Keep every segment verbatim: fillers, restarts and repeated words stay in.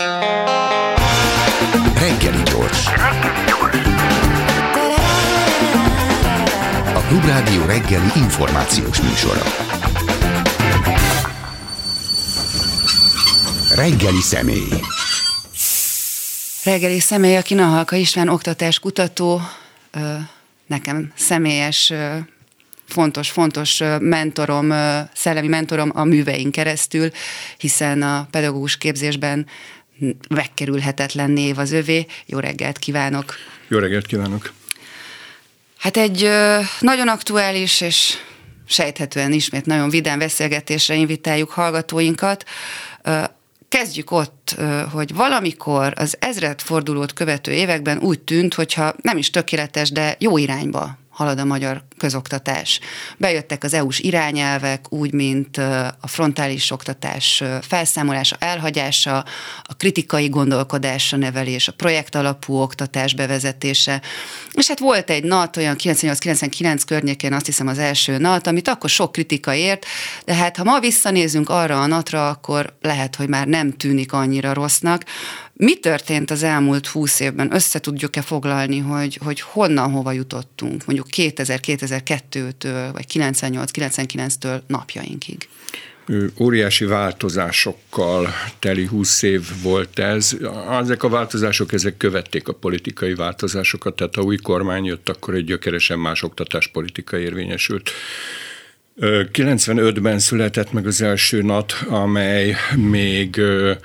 Reggeli gyors. A Klubrádió reggeli információs műsora. Reggeli személy. Reggeli személy, aki Nahalka István oktatáskutató, nekem személyes, fontos, fontos mentorom, szellemi mentorom a művein keresztül, hiszen a pedagógus képzésben megkerülhetetlen név az övé. Jó reggelt kívánok! Jó reggelt kívánok! Hát egy nagyon aktuális és sejthetően ismét nagyon vidám beszélgetésre invitáljuk hallgatóinkat. Kezdjük ott, hogy valamikor az ezredfordulót követő években úgy tűnt, hogyha nem is tökéletes, de jó irányba halad a magyar közoktatás. Bejöttek az é u-s irányelvek, úgy, mint a frontális oktatás felszámolása, elhagyása, a kritikai gondolkodásra nevelés, a projektalapú oktatás bevezetése. És hát volt egy nat, olyan kilencvennyolc kilencvenkilenc környékén, azt hiszem az első nat, amit akkor sok kritika ért, de hát ha ma visszanézünk arra a natra, akkor lehet, hogy már nem tűnik annyira rossznak. Mi történt az elmúlt húsz évben? Össze tudjuk-e foglalni, hogy, hogy honnan, hova jutottunk? Mondjuk kétezer-kétezer-kettőtől, vagy kilencvennyolc kilencvenkilenctől napjainkig. Óriási változásokkal teli húsz év volt ez. Ezek a változások, ezek követték a politikai változásokat, tehát ha új kormány jött, akkor egy gyökeresen más oktatáspolitika érvényesült. kilencvenötben született meg az első nat, amely még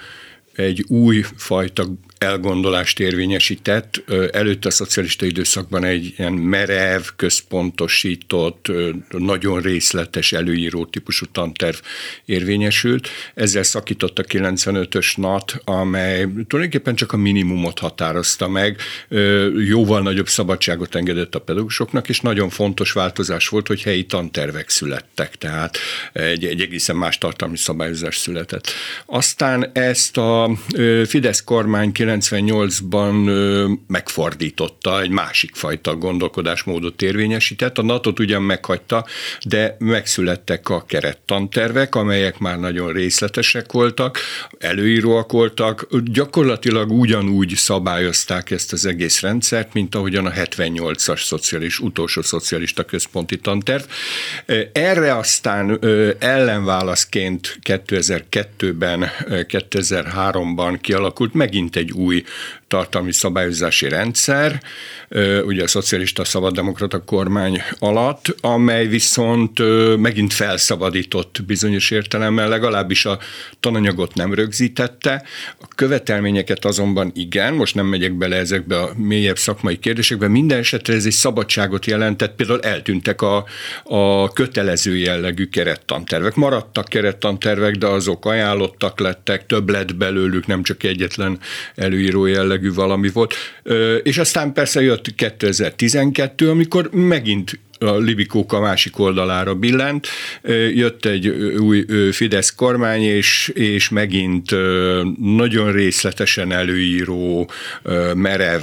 egy új fajta elgondolást érvényesített. Előtte a szocialista időszakban egy ilyen merev, központosított, nagyon részletes előíró típusú tanterv érvényesült. Ezzel szakított a kilencvenötös nat, amely tulajdonképpen csak a minimumot határozta meg, jóval nagyobb szabadságot engedett a pedagógusoknak, és nagyon fontos változás volt, hogy helyi tantervek születtek, tehát egy, egy egészen más tartalmi szabályozás született. Aztán ezt a Fidesz kormány kilencvennyolcban megfordította, egy másik fajta gondolkodásmódot érvényesített. A natot ugyan meghagyta, de megszülettek a kerettantervek, amelyek már nagyon részletesek voltak, előíróak voltak, gyakorlatilag ugyanúgy szabályozták ezt az egész rendszert, mint ahogyan a hetvennyolcas szocialis, utolsó szocialista központi tanterv. Erre aztán ellenválaszként kétezer-kettőben, kétezer-háromban kialakult megint egy új tartalmi szabályozási rendszer, ugye a szocialista szabaddemokrata kormány alatt, amely viszont megint felszabadított bizonyos értelemmel, legalábbis a tananyagot nem rögzítette, a követelményeket azonban igen, most nem megyek bele ezekbe a mélyebb szakmai kérdésekbe, minden esetre ez egy szabadságot jelentett, például eltűntek a, a kötelező jellegű kerettantervek. Maradtak kerettantervek, de azok ajánlottak lettek, több lett belőlük, nem csak egyetlen előíró jellegű valami volt. És aztán persze jött kétezer-tizenkettő, amikor megint a libikóka másik oldalára billent, jött egy új Fidesz kormány, és, és megint nagyon részletesen előíró, merev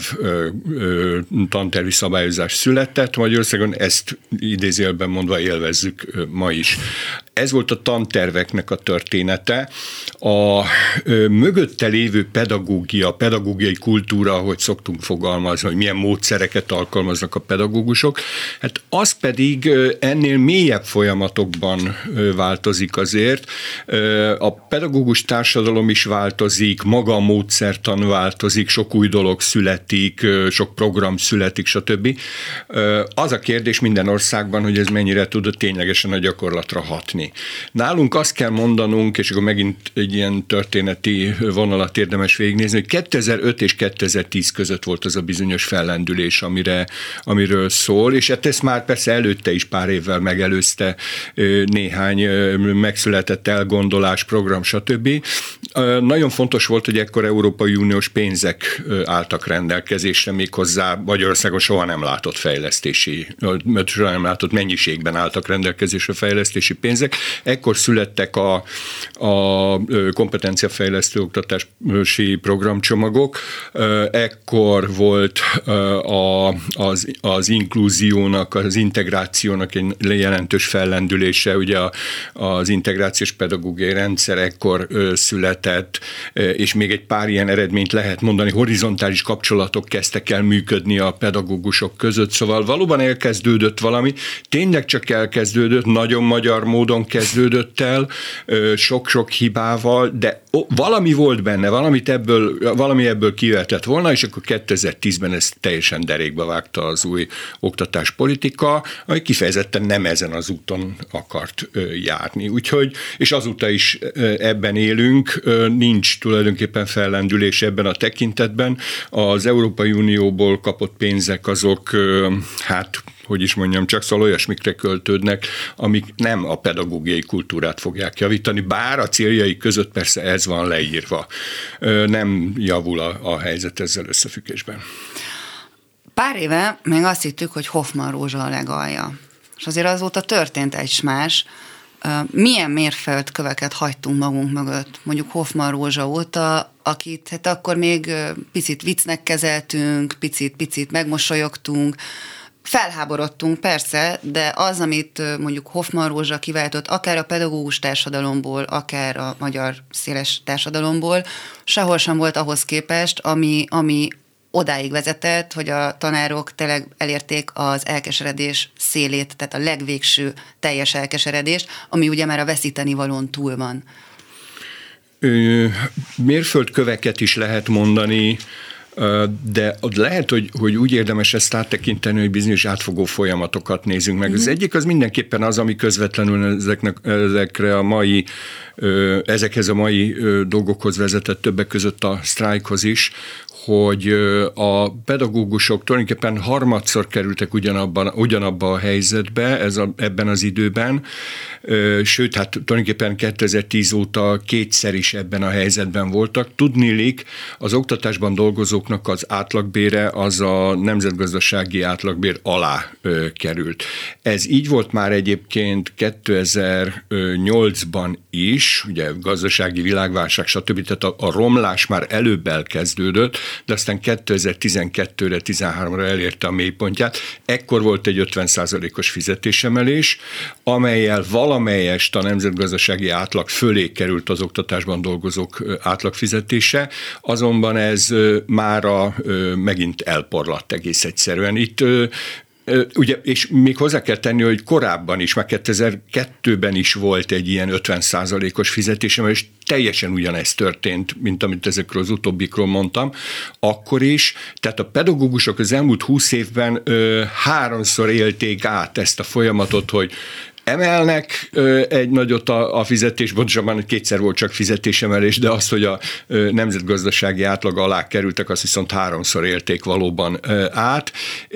tantervi szabályozás született. Magyarországon ezt idézőjelben mondva élvezzük ma is. Ez volt a tanterveknek a története. A mögötte lévő pedagógia, pedagógiai kultúra, ahogy szoktunk fogalmazni, hogy milyen módszereket alkalmaznak a pedagógusok, hát az pedig ennél mélyebb folyamatokban változik azért. A pedagógus társadalom is változik, maga a módszertan változik, sok új dolog születik, sok program születik, stb. Az a kérdés minden országban, hogy ez mennyire tud ténylegesen a gyakorlatra hatni. Nálunk azt kell mondanunk, és akkor megint egy ilyen történeti vonalat érdemes végignézni, hogy kétezer-öt és kétezer-tíz között volt az a bizonyos fellendülés, amire, amiről szól, és hát ezt már persze előtte is pár évvel megelőzte néhány megszületett elgondolás, program, stb. Nagyon fontos volt, hogy ekkor Európai Uniós pénzek álltak rendelkezésre, méghozzá Magyarországon soha nem látott fejlesztési, soha nem látott mennyiségben álltak rendelkezésre fejlesztési pénzek. Ekkor születtek a, a kompetenciafejlesztő oktatási programcsomagok, ekkor volt a, az, az inkluziónak, az integrációnak egy jelentős fellendülése, ugye az integrációs pedagógiai rendszer ekkor született, és még egy pár ilyen eredményt lehet mondani, horizontális kapcsolatok kezdtek el működni a pedagógusok között, szóval valóban elkezdődött valami, tényleg csak elkezdődött, nagyon magyar módon kezdődött el, sok-sok hibával, de valami volt benne, valamit ebből, valami ebből kivetett volna, és akkor kétezer-tízben ez teljesen derékba vágta az új oktatáspolitika, ami kifejezetten nem ezen az úton akart járni. Úgyhogy, és azóta is ebben élünk, nincs tulajdonképpen fellendülés ebben a tekintetben. Az Európai Unióból kapott pénzek azok, hát hogy is mondjam, csak szóval olyasmikre költődnek, amik nem a pedagógiai kultúrát fogják javítani, bár a céljai között persze ez van leírva. Nem javul a, a helyzet ezzel összefüggésben. Pár éve még azt hittük, hogy Hoffmann Rózsa a legalja. És azért azóta történt egy más. Milyen mérföldköveket hagytunk magunk mögött, mondjuk Hoffmann Rózsa óta, akit hát akkor még picit viccnek kezeltünk, picit-picit megmosolyogtunk, felháborodtunk persze, de az, amit mondjuk Hoffmann Rózsa kiváltott, akár a pedagógus társadalomból, akár a magyar széles társadalomból, sehol sem volt ahhoz képest, ami, ami odáig vezetett, hogy a tanárok tényleg elérték az elkeseredés szélét, tehát a legvégső teljes elkeseredést, ami ugye már a veszíteni valón túl van. Mérföldköveket is lehet mondani, de lehet, hogy, hogy úgy érdemes ezt áttekinteni, hogy bizonyos átfogó folyamatokat nézzünk meg. Mm-hmm. Az egyik az mindenképpen az, ami közvetlenül ezeknek, ezekre a mai, ezekhez a mai dolgokhoz vezetett, többek között a sztrájkhoz is, hogy a pedagógusok tulajdonképpen harmadszor kerültek ugyanabban, ugyanabba a helyzetbe ez a, ebben az időben, sőt, hát tulajdonképpen kétezer-tíz óta kétszer is ebben a helyzetben voltak. Tudniillik, az oktatásban dolgozóknak az átlagbére az a nemzetgazdasági átlagbér alá ö, került. Ez így volt már egyébként kétezer-nyolcban is, ugye gazdasági világválság, stb. Tehát a, a romlás már előbb elkezdődött, de aztán kétezer-tizenkettőre, tizenháromra elérte a mélypontját. Ekkor volt egy ötven százalékos fizetésemelés, amellyel valamelyest a nemzetgazdasági átlag fölé került az oktatásban dolgozók átlagfizetése, azonban ez mára megint elporlatt egész egyszerűen. Itt ugye, és még hozzá kell tenni, hogy korábban is, már kétezer-kettőben is volt egy ilyen ötven százalékos fizetésemelés, teljesen ugyanezt történt, mint amit ezekről az utóbbikról mondtam, akkor is. Tehát a pedagógusok az elmúlt húsz évben ö, háromszor élték át ezt a folyamatot, hogy emelnek egy nagyot a, a fizetés, pontosabban kétszer volt csak fizetésemelés, de azt, hogy a nemzetgazdasági átlag alá kerültek, azt viszont háromszor élték valóban át.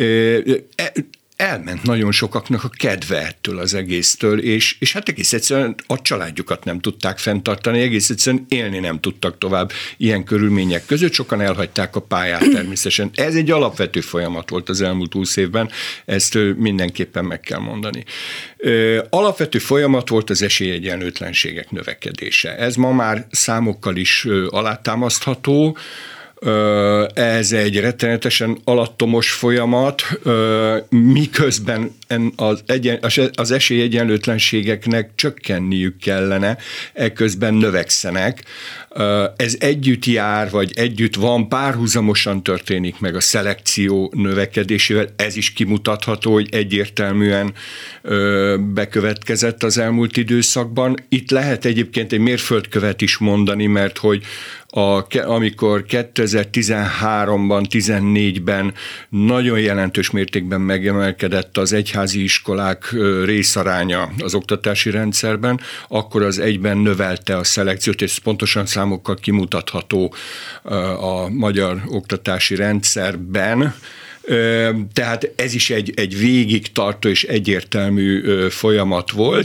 Elment nagyon sokaknak a kedve ettől az egésztől, és, és hát egész egyszerűen a családjukat nem tudták fenntartani, egész egyszerűen élni nem tudtak tovább ilyen körülmények között, sokan elhagyták a pályát természetesen. Ez egy alapvető folyamat volt az elmúlt húsz évben, ezt mindenképpen meg kell mondani. Alapvető folyamat volt az esélyegyenlőtlenségek növekedése. Ez ma már számokkal is alátámasztható. Ez egy rettenetesen alattomos folyamat, miközben az, egyen, az esélyegyenlőtlenségeknek csökkenniük kellene, ekközben növekszenek. Ez együtt jár, vagy együtt van, párhuzamosan történik meg a szelekció növekedésével. Ez is kimutatható, hogy egyértelműen bekövetkezett az elmúlt időszakban. Itt lehet egyébként egy mérföldkövet is mondani, mert hogy A, amikor kétezer-tizenháromban, tizennégyben nagyon jelentős mértékben megemelkedett az egyházi iskolák részaránya az oktatási rendszerben, akkor az egyben növelte a szelekciót, és pontosan számokkal kimutatható a magyar oktatási rendszerben. Tehát ez is egy, egy végig tartó és egyértelmű folyamat volt,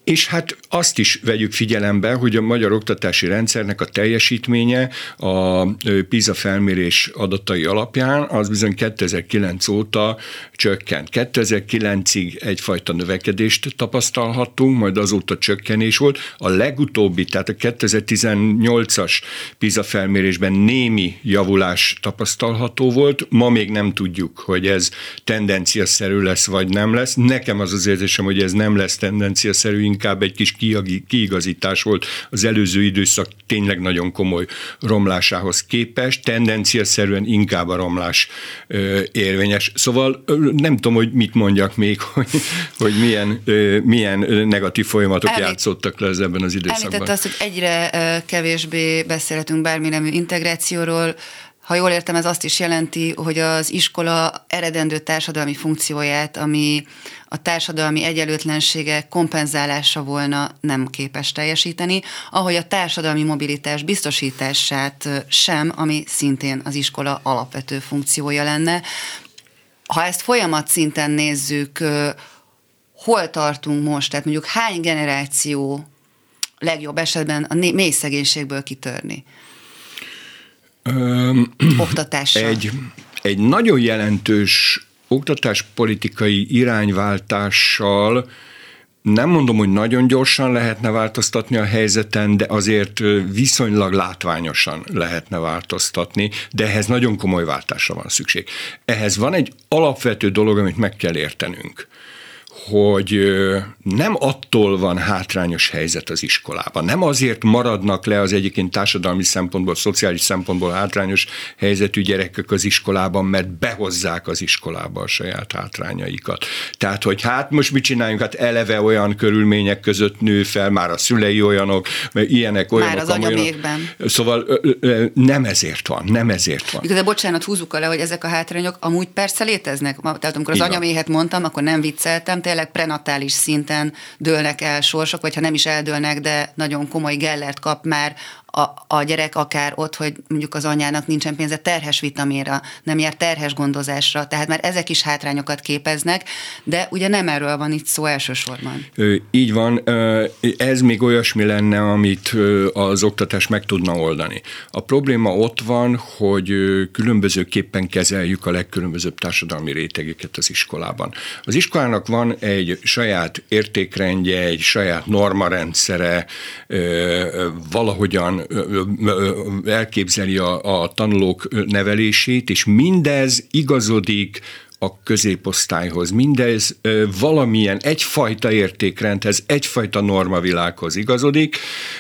És hát azt is vegyük figyelembe, hogy a magyar oktatási rendszernek a teljesítménye a PISA felmérés adatai alapján az bizony kétezer-kilenc óta csökkent. kétezer-kilencig egyfajta növekedést tapasztalhattunk, majd azóta csökkenés volt. A legutóbbi, tehát a kétezer-tizennyolcas PISA felmérésben némi javulás tapasztalható volt. Ma még nem tudjuk, hogy ez tendenciaszerű lesz, vagy nem lesz. Nekem az az érzésem, hogy ez nem lesz tendenciaszerű, inkább egy kis kiigazítás volt az előző időszak tényleg nagyon komoly romlásához képest, tendenciaszerűen inkább a romlás érvényes. Szóval nem tudom, hogy mit mondjak még, hogy, hogy milyen, milyen negatív folyamatok Elég, játszottak le ebben az időszakban. Említette azt, hogy egyre kevésbé beszélhetünk bármi nemű integrációról. Ha jól értem, ez azt is jelenti, hogy az iskola eredendő társadalmi funkcióját, ami a társadalmi egyenlőtlenségek kompenzálása volna, nem képes teljesíteni, ahogy a társadalmi mobilitás biztosítását sem, ami szintén az iskola alapvető funkciója lenne. Ha ezt folyamat szinten nézzük, hol tartunk most, tehát mondjuk hány generáció legjobb esetben a mély szegénységből kitörni? Öm, oktatással. Egy, egy nagyon jelentős oktatáspolitikai irányváltással nem mondom, hogy nagyon gyorsan lehetne változtatni a helyzeten, de azért viszonylag látványosan lehetne változtatni, de ehhez nagyon komoly váltásra van szükség. Ehhez van egy alapvető dolog, amit meg kell értenünk, hogy nem attól van hátrányos helyzet az iskolában. Nem azért maradnak le az egyébként társadalmi szempontból, szociális szempontból hátrányos helyzetű gyerekek az iskolában, mert behozzák az iskolába a saját hátrányaikat. Tehát, hogy hát most mit csináljunk? Hát eleve olyan körülmények között nő fel, már a szülei olyanok, mert ilyenek, olyanok. Már az anyamékben. Szóval nem ezért van, nem ezért van. De bocsánat, húzzuk le, hogy ezek a hátrányok amúgy persze léteznek. Tehát amikor az anyaméhet mondtam, akkor nem vicceltem, tényleg prenatális szinten dőlnek el sorsok, vagy ha nem is eldőlnek, de nagyon komoly gellert kap már a, a gyerek akár ott, hogy mondjuk az anyának nincsen pénze terhes vitaminra, nem jár terhes gondozásra, tehát már ezek is hátrányokat képeznek, de ugye nem erről van itt szó elsősorban. Így van, ez még olyasmi lenne, amit az oktatás meg tudna oldani. A probléma ott van, hogy különbözőképpen kezeljük a legkülönbözőbb társadalmi rétegeket az iskolában. Az iskolának van egy saját értékrendje, egy saját normarendszere, valahogyan elképzeli a, a tanulók nevelését, és mindez igazodik a középosztályhoz. Mindez valamilyen egyfajta értékrendhez, egyfajta normavilághoz igazodik,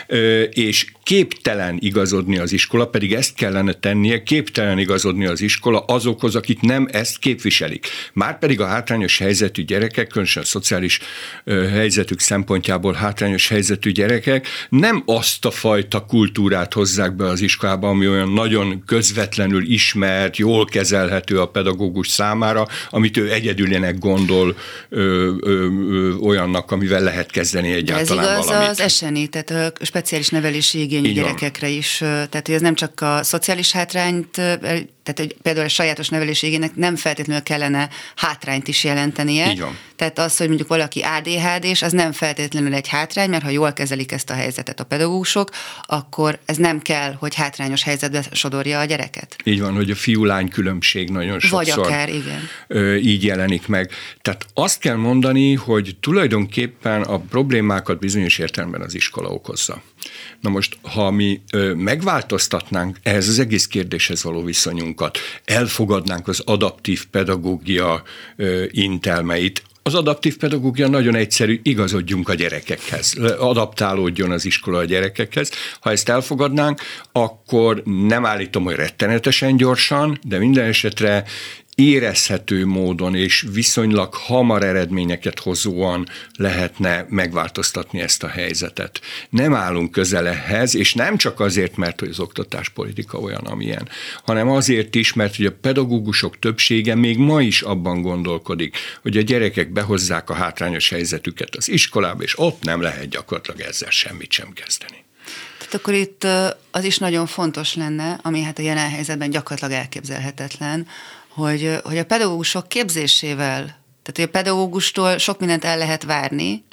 és képtelen igazodni az iskola, pedig ezt kellene tennie, képtelen igazodni az iskola azokhoz, akik nem ezt képviselik. Márpedig a hátrányos helyzetű gyerekek, különösen a szociális helyzetük szempontjából hátrányos helyzetű gyerekek nem azt a fajta kultúrát hozzák be az iskolába, ami olyan nagyon közvetlenül ismert, jól kezelhető a pedagógus számára, amit ő egyedülének gondol ö, ö, ö, olyannak, amivel lehet kezdeni egyáltalán valamit. Ez igaz valamit. az es en i, tehát a speciális nevelési igényű így gyerekekre van. Is. Tehát, hogy ez nem csak a szociális hátrányt, tehát hogy például a sajátos nevelési igénynek nem feltétlenül kellene hátrányt is jelentenie. Így van. Tehát az, hogy mondjuk valaki á dé há dés, az nem feltétlenül egy hátrány, mert ha jól kezelik ezt a helyzetet a pedagógusok, akkor ez nem kell, hogy hátrányos helyzetbe sodorja a gyereket. Így van, hogy a fiú-lány különbség nagyon sokszor Vagy akár, igen. így jelenik meg. Tehát azt kell mondani, hogy tulajdonképpen a problémákat bizonyos értelemben az iskola okozza. Na most, ha mi ö, megváltoztatnánk ehhez az egész kérdéshez való viszonyunkat, elfogadnánk az adaptív pedagógia ö, intelmeit, az adaptív pedagógia nagyon egyszerű, igazodjunk a gyerekekhez, adaptálódjon az iskola a gyerekekhez. Ha ezt elfogadnánk, akkor nem állítom, hogy rettenetesen gyorsan, de minden esetre érezhető módon és viszonylag hamar eredményeket hozóan lehetne megváltoztatni ezt a helyzetet. Nem állunk közel ehhez, és nem csak azért, mert hogy az oktatáspolitika olyan, amilyen, hanem azért is, mert hogy a pedagógusok többsége még ma is abban gondolkodik, hogy a gyerekek behozzák a hátrányos helyzetüket az iskolába, és ott nem lehet gyakorlatilag ezzel semmit sem kezdeni. Tehát akkor itt az is nagyon fontos lenne, ami hát a jelen helyzetben gyakorlatilag elképzelhetetlen, hogy, hogy a pedagógusok képzésével, tehát hogy a pedagógustól sok mindent el lehet várni,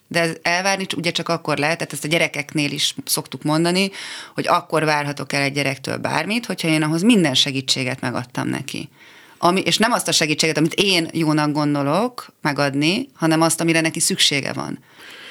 De ez elvárni ugye csak akkor lehet, tehát ezt a gyerekeknél is szoktuk mondani, hogy akkor várhatok el egy gyerektől bármit, hogyha én ahhoz minden segítséget megadtam neki. Ami, és nem azt a segítséget, amit én jónak gondolok megadni, hanem azt, amire neki szüksége van.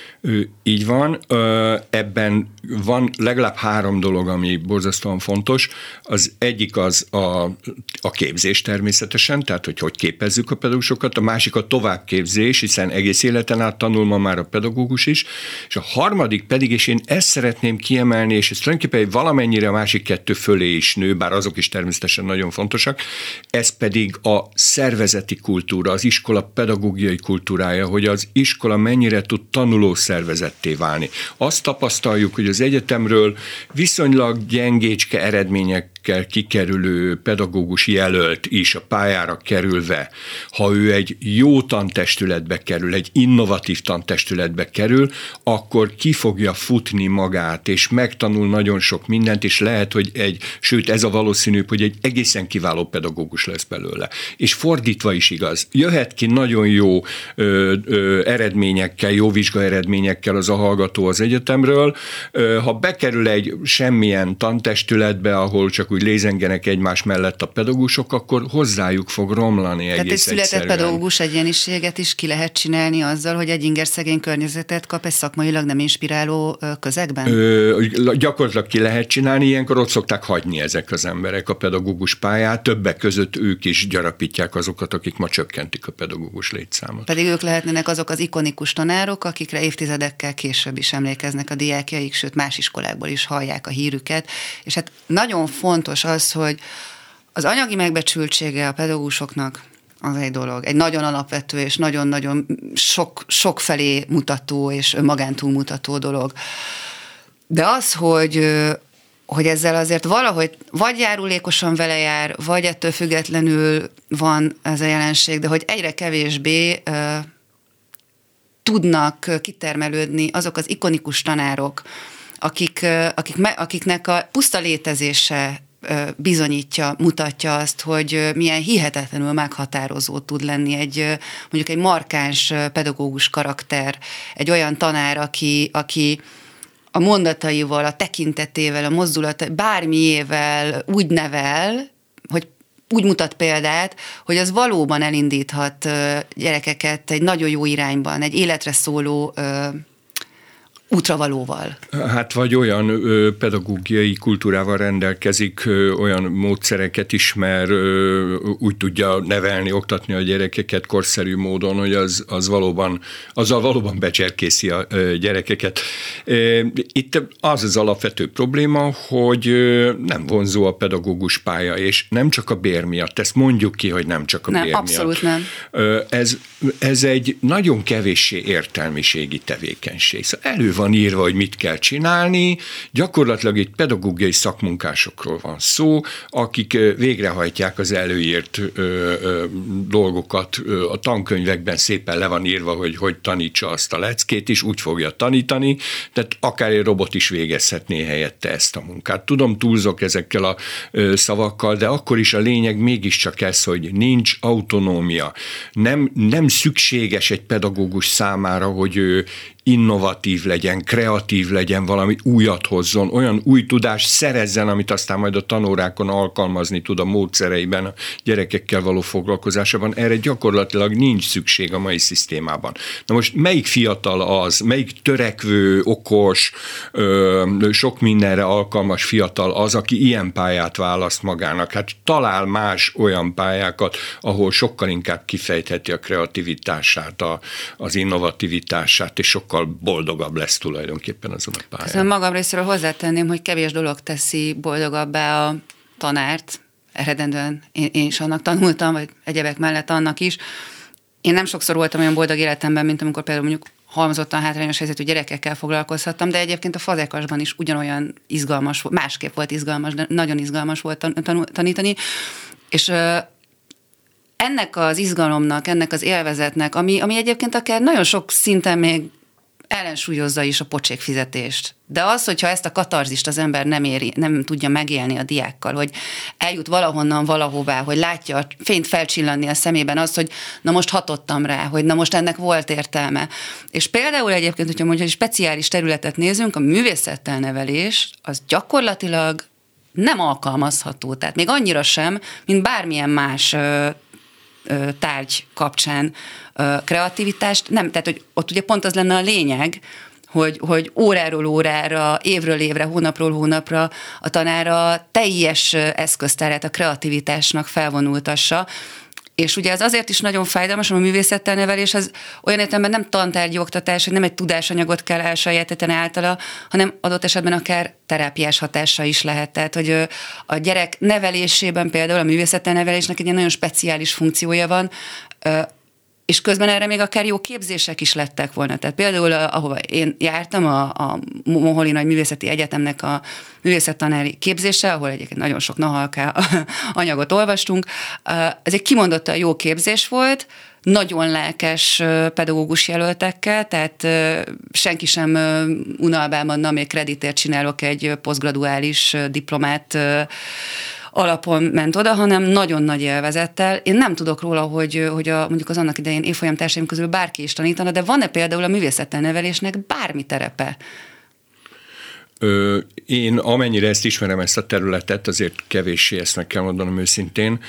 Így van, ebben van legalább három dolog, ami borzasztóan fontos. Az egyik az a, a képzés természetesen, tehát hogy hogy képezzük a pedagógusokat, a másik a továbbképzés, hiszen egész életen át tanul ma már a pedagógus is, és a harmadik pedig, és én ezt szeretném kiemelni, és ez tulajdonképpen valamennyire a másik kettő fölé is nő, bár azok is természetesen nagyon fontosak, ez pedig a szervezeti kultúra, az iskola pedagógiai kultúrája, hogy az iskola mennyire tud tanuló szervezetté válni. Azt tapasztaljuk, hogy az egyetemről viszonylag gyengécske eredményekkel kikerülő pedagógus jelölt is a pályára kerülve, ha ő egy jó tantestületbe kerül, egy innovatív tantestületbe kerül, akkor ki fogja futni magát, és megtanul nagyon sok mindent, és lehet, hogy egy, sőt ez a valószínűbb, hogy egy egészen kiváló pedagógus lesz belőle. És fordítva is igaz. Jöhet ki nagyon jó ö, ö, eredményekkel, jó vizsga eredményekkel az a hallgató az egyetemről. Ha bekerül egy semmilyen tantestületbe, ahol csak úgy lézengenek egymás mellett a pedagógusok, akkor hozzájuk fog romlani egész Tehát egy született egyszerűen. pedagógus egyéniséget is ki lehet csinálni azzal, hogy egy ingerszegény környezetet kap egy szakmailag nem inspiráló közegben? Ö, gyakorlatilag ki lehet csinálni, ilyenkor ott szokták hagyni ezek az emberek a pedagógus pályát, többek között ők is gyarapítják azokat, akik ma csökkentik a pedagógus létszámot. Pedig ők lehetnének azok az ikonikus tanárok, akikre évtizedekkel később is emlékeznek a diákjaik, sőt más iskolákból is hallják a hírüket, és hát nagyon fontos az, hogy az anyagi megbecsültsége a pedagógusoknak az egy dolog, egy nagyon alapvető és nagyon-nagyon sok, sok felé mutató és magántúlmutató dolog. De az, hogy, hogy ezzel azért valahogy vagy járulékosan vele jár, vagy ettől függetlenül van ez a jelenség, de hogy egyre kevésbé tudnak kitermelődni azok az ikonikus tanárok, akik, akik, akiknek a puszta létezése bizonyítja, mutatja azt, hogy milyen hihetetlenül meghatározó tud lenni egy, mondjuk egy markáns pedagógus karakter, egy olyan tanár, aki, aki a mondataival, a tekintetével, a mozdulat, bármiével úgy nevel, hogy úgy mutat példát, hogy az valóban elindíthat gyerekeket egy nagyon jó irányban, egy életre szóló útravalóval. Hát vagy olyan ö, pedagógiai kultúrával rendelkezik, ö, olyan módszereket ismer, ö, úgy tudja nevelni, oktatni a gyerekeket korszerű módon, hogy az, az valóban, azzal valóban becserkészi a ö, gyerekeket. E, itt az az alapvető probléma, hogy ö, nem vonzó a pedagógus pálya, és nem csak a bér miatt, ezt mondjuk ki, hogy nem csak a nem, bér abszolút miatt. Nem. Ö, ez, ez egy nagyon kevéssé értelmiségi tevékenység. Szóval elő van írva, hogy mit kell csinálni. Gyakorlatilag egy pedagógiai szakmunkásokról van szó, akik végrehajtják az előírt ö, ö, dolgokat. A tankönyvekben szépen le van írva, hogy hogy tanítsa azt a leckét is, úgy fogja tanítani, tehát akár egy robot is végezhetné helyette ezt a munkát. Tudom, túlzok ezekkel a ö, szavakkal, de akkor is a lényeg mégiscsak ez, hogy nincs autonómia. Nem, nem szükséges egy pedagógus számára, hogy ő innovatív legyen, kreatív legyen, valami újat hozzon, olyan új tudást szerezzen, amit aztán majd a tanórákon alkalmazni tud a módszereiben, a gyerekekkel való foglalkozásában. Erre gyakorlatilag nincs szükség a mai szisztémában. Na most melyik fiatal az, melyik törekvő, okos, sok mindenre alkalmas fiatal az, aki ilyen pályát választ magának? Hát talál más olyan pályákat, ahol sokkal inkább kifejtheti a kreativitását, a, az innovativitását, és sokkal boldogabb lesz tulajdonképpen azon a pályán. Köszönöm, magam részéről hozzátenném, hogy kevés dolog teszi boldogabbá a tanárt, eredendően én, én is annak tanultam, vagy egyebek mellett annak is. Én nem sokszor voltam olyan boldog életemben, mint amikor például mondjuk halmozottan hátrányos helyzetű gyerekekkel foglalkozhattam, de egyébként a Fazekasban is ugyanolyan izgalmas volt, másképp volt izgalmas, de nagyon izgalmas volt tan- tanítani, és ennek az izgalomnak, ennek az élvezetnek, ami, ami egyébként akár nagyon sok szinten még ellensúlyozza is a pocsékfizetést. De az, hogyha ezt a katarzist az ember nem, éri, nem tudja megélni a diákkal, hogy eljut valahonnan valahová, hogy látja a fényt felcsillanni a szemében azt, hogy na most hatottam rá, hogy na most ennek volt értelme. És például egyébként, hogyha mondjuk egy speciális területet nézünk, a művészettel nevelés, az gyakorlatilag nem alkalmazható. Tehát még annyira sem, mint bármilyen más ö, ö, tárgy kapcsán ö, kreativitást. Nem, tehát hogy ott ugye pont az lenne a lényeg, hogy, hogy óráról órára, évről évre, hónapról hónapra a tanára teljes eszköztárát a kreativitásnak felvonultassa. És ugye ez azért is nagyon fájdalmas, a művészettel nevelés az olyan értelemben nem tantárgyi oktatás, hogy nem egy tudásanyagot kell elsajátítani általa, hanem adott esetben akár terápiás hatása is lehet. Tehát, hogy a gyerek nevelésében például a művészettel nevelésnek egy ilyen nagyon speciális funkciója van, és közben erre még akár jó képzések is lettek volna. Tehát például, ahova én jártam, a, a Moholi Nagy Művészeti Egyetemnek a művészettanári képzése, ahol egyébként nagyon sok nahalká anyagot olvastunk, ez egy kimondottan jó képzés volt, nagyon lelkes pedagógus jelöltekkel, tehát senki sem unalmában, na még kreditért csinálok egy posztgraduális diplomát, alapon ment oda, hanem nagyon nagy élvezettel. Én nem tudok róla, hogy, hogy a, mondjuk az annak idején évfolyam társaim közül bárki is tanítana, de van-e például a művészettel nevelésnek bármi terepe? Ö, én amennyire ezt ismerem, ezt a területet, azért kevéssé, ezt meg kell mondanom őszintén,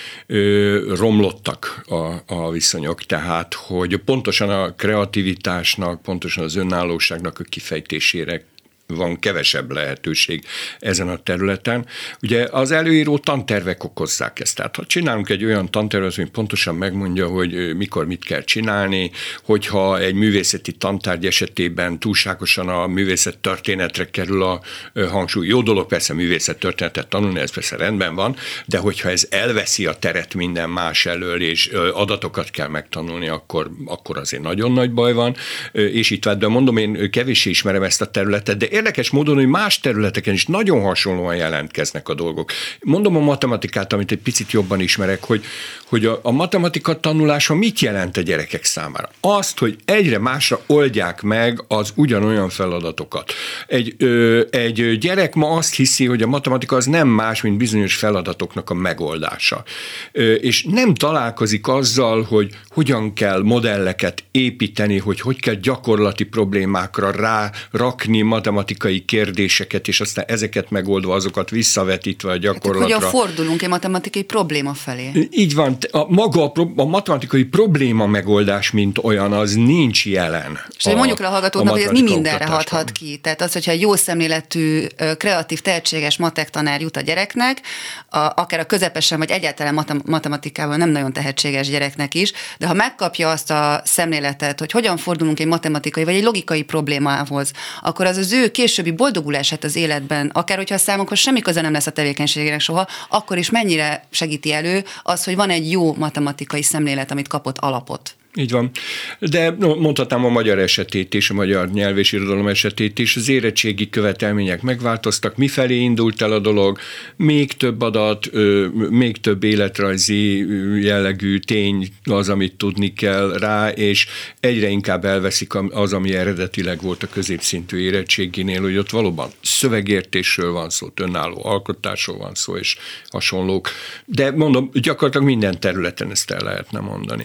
ö, romlottak a, a viszonyok, tehát hogy pontosan a kreativitásnak, pontosan az önállóságnak a kifejtésére van kevesebb lehetőség ezen a területen. Ugye az előíró tantervek okozzák ezt. Tehát ha csinálunk egy olyan tantervet, ami pontosan megmondja, hogy mikor mit kell csinálni, hogyha egy művészeti tantárgy esetében túlságosan a művészettörténetre kerül a hangsúly. Jó dolog persze művészettörténetet tanulni, ez persze rendben van, de hogyha ez elveszi a teret minden más elől, és adatokat kell megtanulni, akkor, akkor azért nagyon nagy baj van. És itt de mondom, én kevéssé ismerem ezt a területet, de érdekes módon, hogy más területeken is nagyon hasonlóan jelentkeznek a dolgok. Mondom a matematikát, amit egy picit jobban ismerek, hogy, hogy a, a matematika tanulása mit jelent a gyerekek számára? Azt, hogy egyre másra oldják meg az ugyanolyan feladatokat. Egy, ö, egy gyerek ma azt hiszi, hogy a matematika az nem más, mint bizonyos feladatoknak a megoldása. Ö, és nem találkozik azzal, hogy hogyan kell modelleket építeni, hogy hogy kell gyakorlati problémákra rárakni matematikai kérdéseket, és aztán ezeket megoldva, azokat visszavetítve a gyakorlatra. Hát, hogyan fordulunk egy matematikai probléma felé? Így van. A, maga a, a matematikai probléma megoldás, mint olyan, az nincs jelen. És a, mondjuk le a hallgatóknak, hogy ez mi mindenre hathat ki. Tehát az, hogyha jó szemléletű, kreatív, tehetséges matek tanár jut a gyereknek, a, akár a közepesen, vagy egyáltalán matematikával nem nagyon tehetséges gyereknek is, de ha megkapja azt a szemléletet, hogy hogyan fordulunk egy matematikai, vagy egy logikai problémához, akkor az az ő későbbi boldogulását az életben, akár hogyha a számokhoz semmi köze nem lesz a tevékenységének soha, akkor is mennyire segíti elő az, hogy van egy jó matematikai szemlélet, amit kapott alapot. Így van. De mondhatnám a magyar esetét is, a magyar nyelv és irodalom esetét is. Az érettségi követelmények megváltoztak, mifelé indult el a dolog, még több adat, még több életrajzi jellegű tény az, amit tudni kell rá, és egyre inkább elveszik az, ami eredetileg volt a középszintű érettséginél, hogy ott valóban szövegértésről van szó, önálló alkotásról van szó, és hasonlók. De mondom, gyakorlatilag minden területen ezt el lehetne mondani.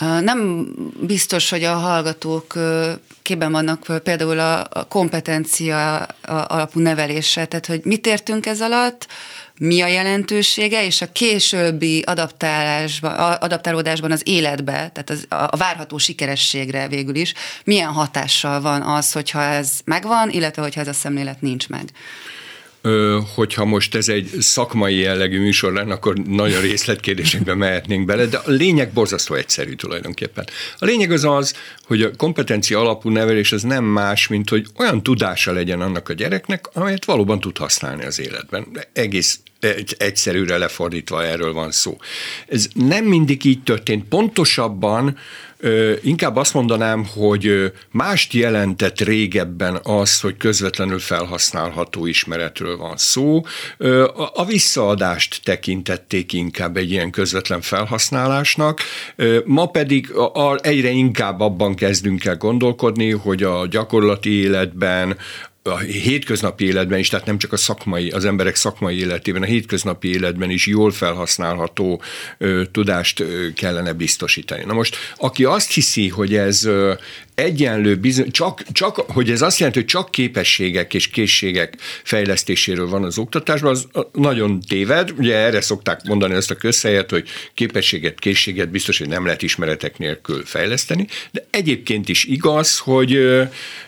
Nem biztos, hogy a hallgatók képben vannak például a kompetencia alapú neveléssel, tehát hogy mit értünk ez alatt, mi a jelentősége, és a későbbi adaptálásban, adaptálódásban az életbe, tehát az, a várható sikerességre végül is, milyen hatással van az, hogyha ez megvan, illetve hogyha ez a szemlélet nincs meg. Hogyha most ez egy szakmai jellegű műsor lenne, akkor nagyon részletkérdésekbe mehetnénk bele, de a lényeg borzasztó egyszerű tulajdonképpen. A lényeg az az, hogy a kompetencia alapú nevelés az nem más, mint hogy olyan tudása legyen annak a gyereknek, amelyet valóban tud használni az életben. Egész egyszerűre lefordítva erről van szó. Ez nem mindig így történt. Pontosabban inkább azt mondanám, hogy mást jelentett régebben az, hogy közvetlenül felhasználható ismeretről van szó. A visszaadást tekintették inkább egy ilyen közvetlen felhasználásnak. Ma pedig egyre inkább abban kezdünk el gondolkodni, hogy a gyakorlati életben, a hétköznapi életben is, tehát nem csak a szakmai, az emberek szakmai életében, a hétköznapi életben is jól felhasználható ö, tudást ö, kellene biztosítani. Na most, aki azt hiszi, hogy ez ö, egyenlő, bizony, csak, csak, hogy ez azt jelenti, hogy csak képességek és készségek fejlesztéséről van az oktatásban, az nagyon téved. Ugye erre szokták mondani azt a közhelyet, hogy képességet, készséget biztos, hogy nem lehet ismeretek nélkül fejleszteni, de egyébként is igaz, hogy ö,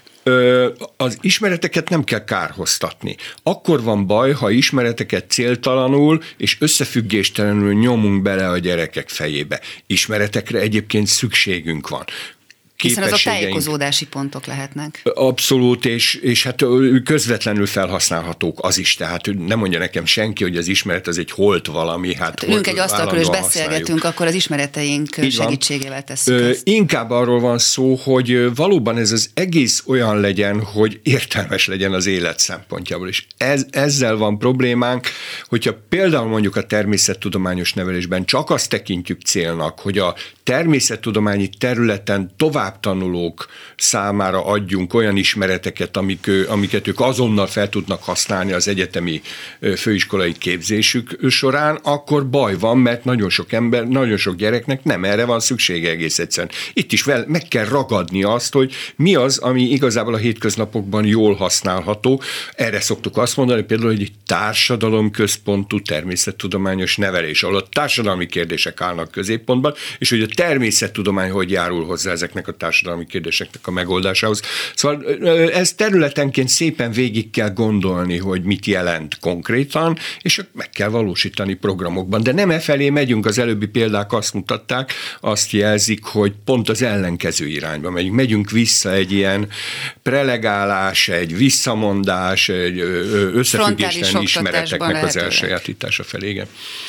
az ismereteket nem kell kárhoztatni. Akkor van baj, ha ismereteket céltalanul és összefüggéstelenül nyomunk bele a gyerekek fejébe. Ismeretekre egyébként szükségünk van. Hiszen azok tájékozódási pontok lehetnek. Abszolút, és, és hát közvetlenül felhasználhatók az is, tehát nem mondja nekem senki, hogy az ismeret az egy holt valami. Hát, hát ülünk egy asztalkör és beszélgetünk, használjuk. Akkor az ismereteink segítségével tesszük ezt. Inkább arról van szó, hogy valóban ez az egész olyan legyen, hogy értelmes legyen az élet szempontjából, és ez, ezzel van problémánk, hogyha például mondjuk a természettudományos nevelésben csak azt tekintjük célnak, hogy a természettudományi területen tovább tanulók számára adjunk olyan ismereteket, amik, amiket ők azonnal fel tudnak használni az egyetemi főiskolai képzésük során, akkor baj van, mert nagyon sok ember, nagyon sok gyereknek nem erre van szüksége egész egyszerűen. Itt is vel, meg kell ragadni azt, hogy mi az, ami igazából a hétköznapokban jól használható. Erre szoktuk azt mondani, például, hogy egy társadalomközpontú természettudományos nevelés, ahol a társadalmi kérdések állnak középpontban, és hogy a természettudomány hogy járul hozzá ezeknek a társadalmi kérdéseknek a megoldásához. Szóval ez területenként szépen végig kell gondolni, hogy mit jelent konkrétan, és meg kell valósítani programokban. De nem e felé megyünk, az előbbi példák azt mutatták, azt jelzik, hogy pont az ellenkező irányba megyünk. Megyünk vissza egy ilyen prelegálás, egy visszamondás, egy összefüggéstelen ismereteknek az elsajátítása felé. Igen.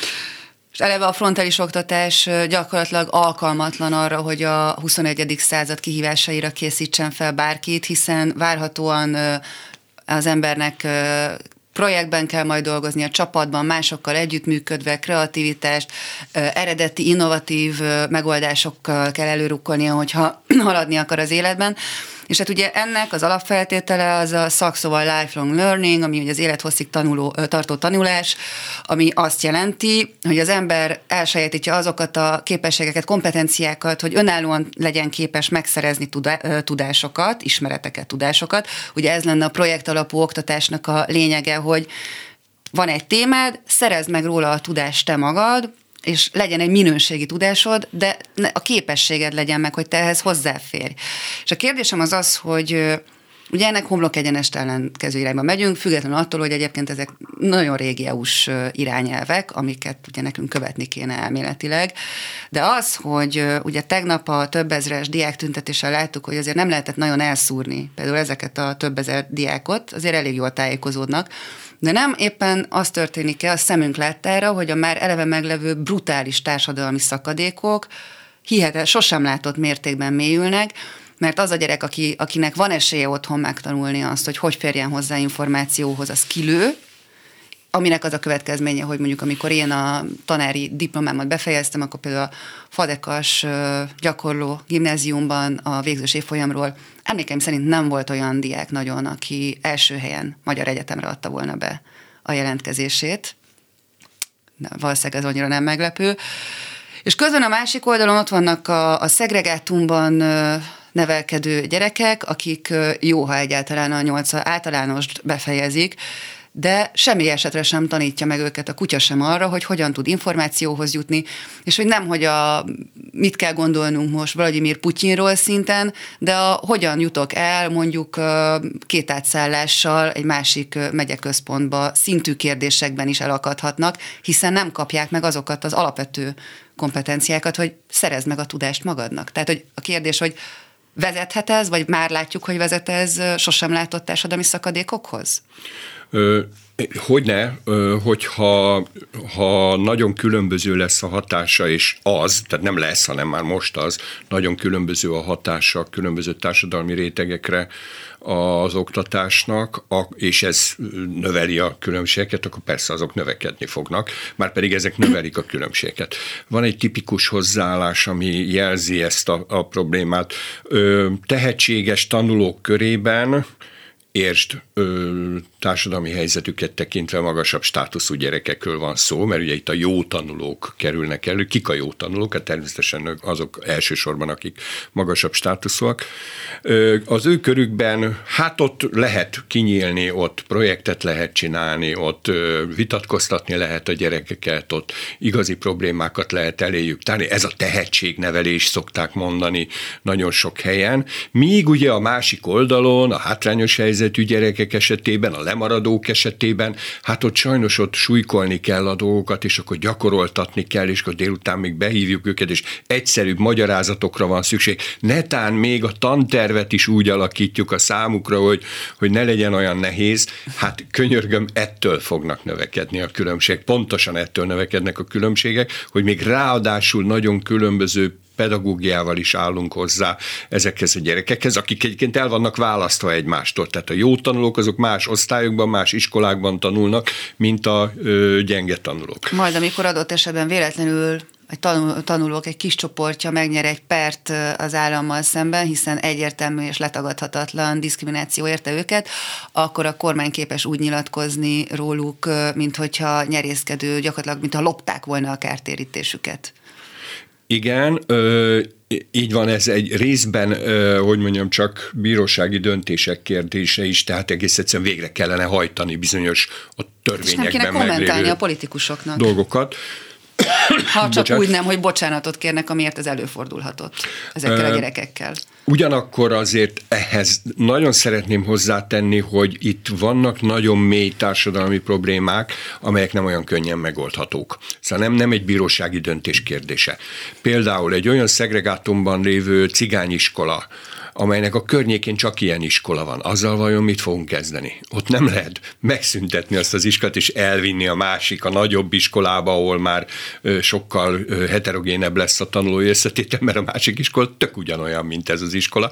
És eleve a frontális oktatás gyakorlatilag alkalmatlan arra, hogy a huszonegyedik század kihívásaira készítsen fel bárkit, hiszen várhatóan az embernek projektben kell majd dolgozni, a csapatban, másokkal együttműködve, kreativitást, eredeti, innovatív megoldásokkal kell előrukkolnia, hogyha haladni akar az életben. És hát ugye ennek az alapfeltétele az a szakszóval lifelong learning, ami ugye az élethosszig tanuló, tartó tanulás, ami azt jelenti, hogy az ember elsajátítja azokat a képességeket, kompetenciákat, hogy önállóan legyen képes megszerezni tudásokat, ismereteket, tudásokat. Ugye ez lenne a projekt alapú oktatásnak a lényege, hogy van egy témád, szerezd meg róla a tudást te magad, és legyen egy minőségi tudásod, de a képességed legyen meg, hogy te ehhez hozzáférj. És a kérdésem az az, hogy ugye ennek homlok egyenest ellenkező irányba megyünk, függetlenül attól, hogy egyébként ezek nagyon régi é u-s irányelvek, amiket ugye nekünk követni kéne elméletileg, de az, hogy ugye tegnap a több ezres diáktüntetéssel láttuk, hogy azért nem lehetett nagyon elszúrni például ezeket a több ezer diákot, azért elég jól tájékozódnak, de nem éppen az történik-e a szemünk láttára, hogy a már eleve meglevő brutális társadalmi szakadékok hihetetlen, sosem látott mértékben mélyülnek, mert az a gyerek, aki, akinek van esélye otthon megtanulni azt, hogy hogy férjen hozzá információhoz, az kilő, aminek az a következménye, hogy mondjuk amikor én a tanári diplomámat befejeztem, akkor például a Fadekas gyakorló gimnáziumban a végzős évfolyamról emlékeim szerint nem volt olyan diák nagyon, aki első helyen magyar egyetemre adta volna be a jelentkezését. Na, valószínűleg ez annyira nem meglepő. És közben a másik oldalon ott vannak a, a szegregátumban nevelkedő gyerekek, akik jó, ha egyáltalán a nyolc általánost befejezik, de semmi esetre sem tanítja meg őket a kutya sem arra, hogy hogyan tud információhoz jutni, és hogy nem, hogy a, mit kell gondolnunk most Vladimir Putyinról szinten, de a hogyan jutok el mondjuk két átszállással egy másik megyeközpontba szintű kérdésekben is elakadhatnak, hiszen nem kapják meg azokat az alapvető kompetenciákat, hogy szerezd meg a tudást magadnak. Tehát hogy a kérdés, hogy vezethet ez, vagy már látjuk, hogy vezet ez sosem látott társadalmi szakadékokhoz? Hogyne, hogyha ha nagyon különböző lesz a hatása, és az, tehát nem lesz, hanem már most az, nagyon különböző a hatása a különböző társadalmi rétegekre az oktatásnak, és ez növeli a különbségeket, akkor persze azok növekedni fognak, már pedig ezek növelik a különbségeket. Van egy tipikus hozzáállás, ami jelzi ezt a, a problémát. Tehetséges tanulók körében, értsd, ö, társadalmi helyzetüket tekintve magasabb státuszú gyerekekről van szó, mert ugye itt a jó tanulók kerülnek elő. Kik a jó tanulók? Hát természetesen azok elsősorban, akik magasabb státuszúak. Ö, az ő körükben, hát ott lehet kinyílni, ott projektet lehet csinálni, ott ö, vitatkoztatni lehet a gyerekeket, ott igazi problémákat lehet eléjük tárni. Ez a tehetségnevelés, szokták mondani nagyon sok helyen. Míg ugye a másik oldalon, a hátrányos helyzetű gyerekek esetében, a lemaradók esetében, hát ott sajnos ott súlykolni kell a dolgokat, és akkor gyakoroltatni kell, és akkor délután még behívjuk őket, és egyszerűbb magyarázatokra van szükség. Netán még a tantervet is úgy alakítjuk a számukra, hogy, hogy ne legyen olyan nehéz. Hát könyörgöm, ettől fognak növekedni a különbségek. Pontosan ettől növekednek a különbségek, hogy még ráadásul nagyon különböző pedagógiával is állunk hozzá ezekhez a gyerekekhez, akik egyébként el vannak választva egymástól. Tehát a jó tanulók azok más osztályokban, más iskolákban tanulnak, mint a ö, gyenge tanulók. Majd amikor adott esetben véletlenül egy tanulók egy kis csoportja megnyer egy pert az állammal szemben, hiszen egyértelmű és letagadhatatlan diszkrimináció érte őket, akkor a kormány képes úgy nyilatkozni róluk, mint hogyha nyerészkedő, gyakorlatilag, mintha lopták volna a kártérítésüket. Igen, ö, így van, ez egy részben, ö, hogy mondjam, csak bírósági döntések kérdése is, tehát egész egyszerűen végre kellene hajtani bizonyos a törvényekben és nem kéne kommentálni a politikusoknak dolgokat. Ha csak Bocsánat. úgy nem, hogy bocsánatot kérnek, amiért ez előfordulhatott ezekkel a gyerekekkel. Ugyanakkor azért ehhez nagyon szeretném hozzátenni, hogy itt vannak nagyon mély társadalmi problémák, amelyek nem olyan könnyen megoldhatók. Szóval nem, nem egy bírósági döntés kérdése. Például egy olyan szegregátumban lévő cigányiskola, amelynek a környékén csak ilyen iskola van. Azzal vajon mit fogunk kezdeni? Ott nem lehet megszüntetni azt az iskolát, és elvinni a másik, a nagyobb iskolába, ahol már sokkal heterogénebb lesz a tanulói összetétel, mert a másik iskola tök ugyanolyan, mint ez az iskola.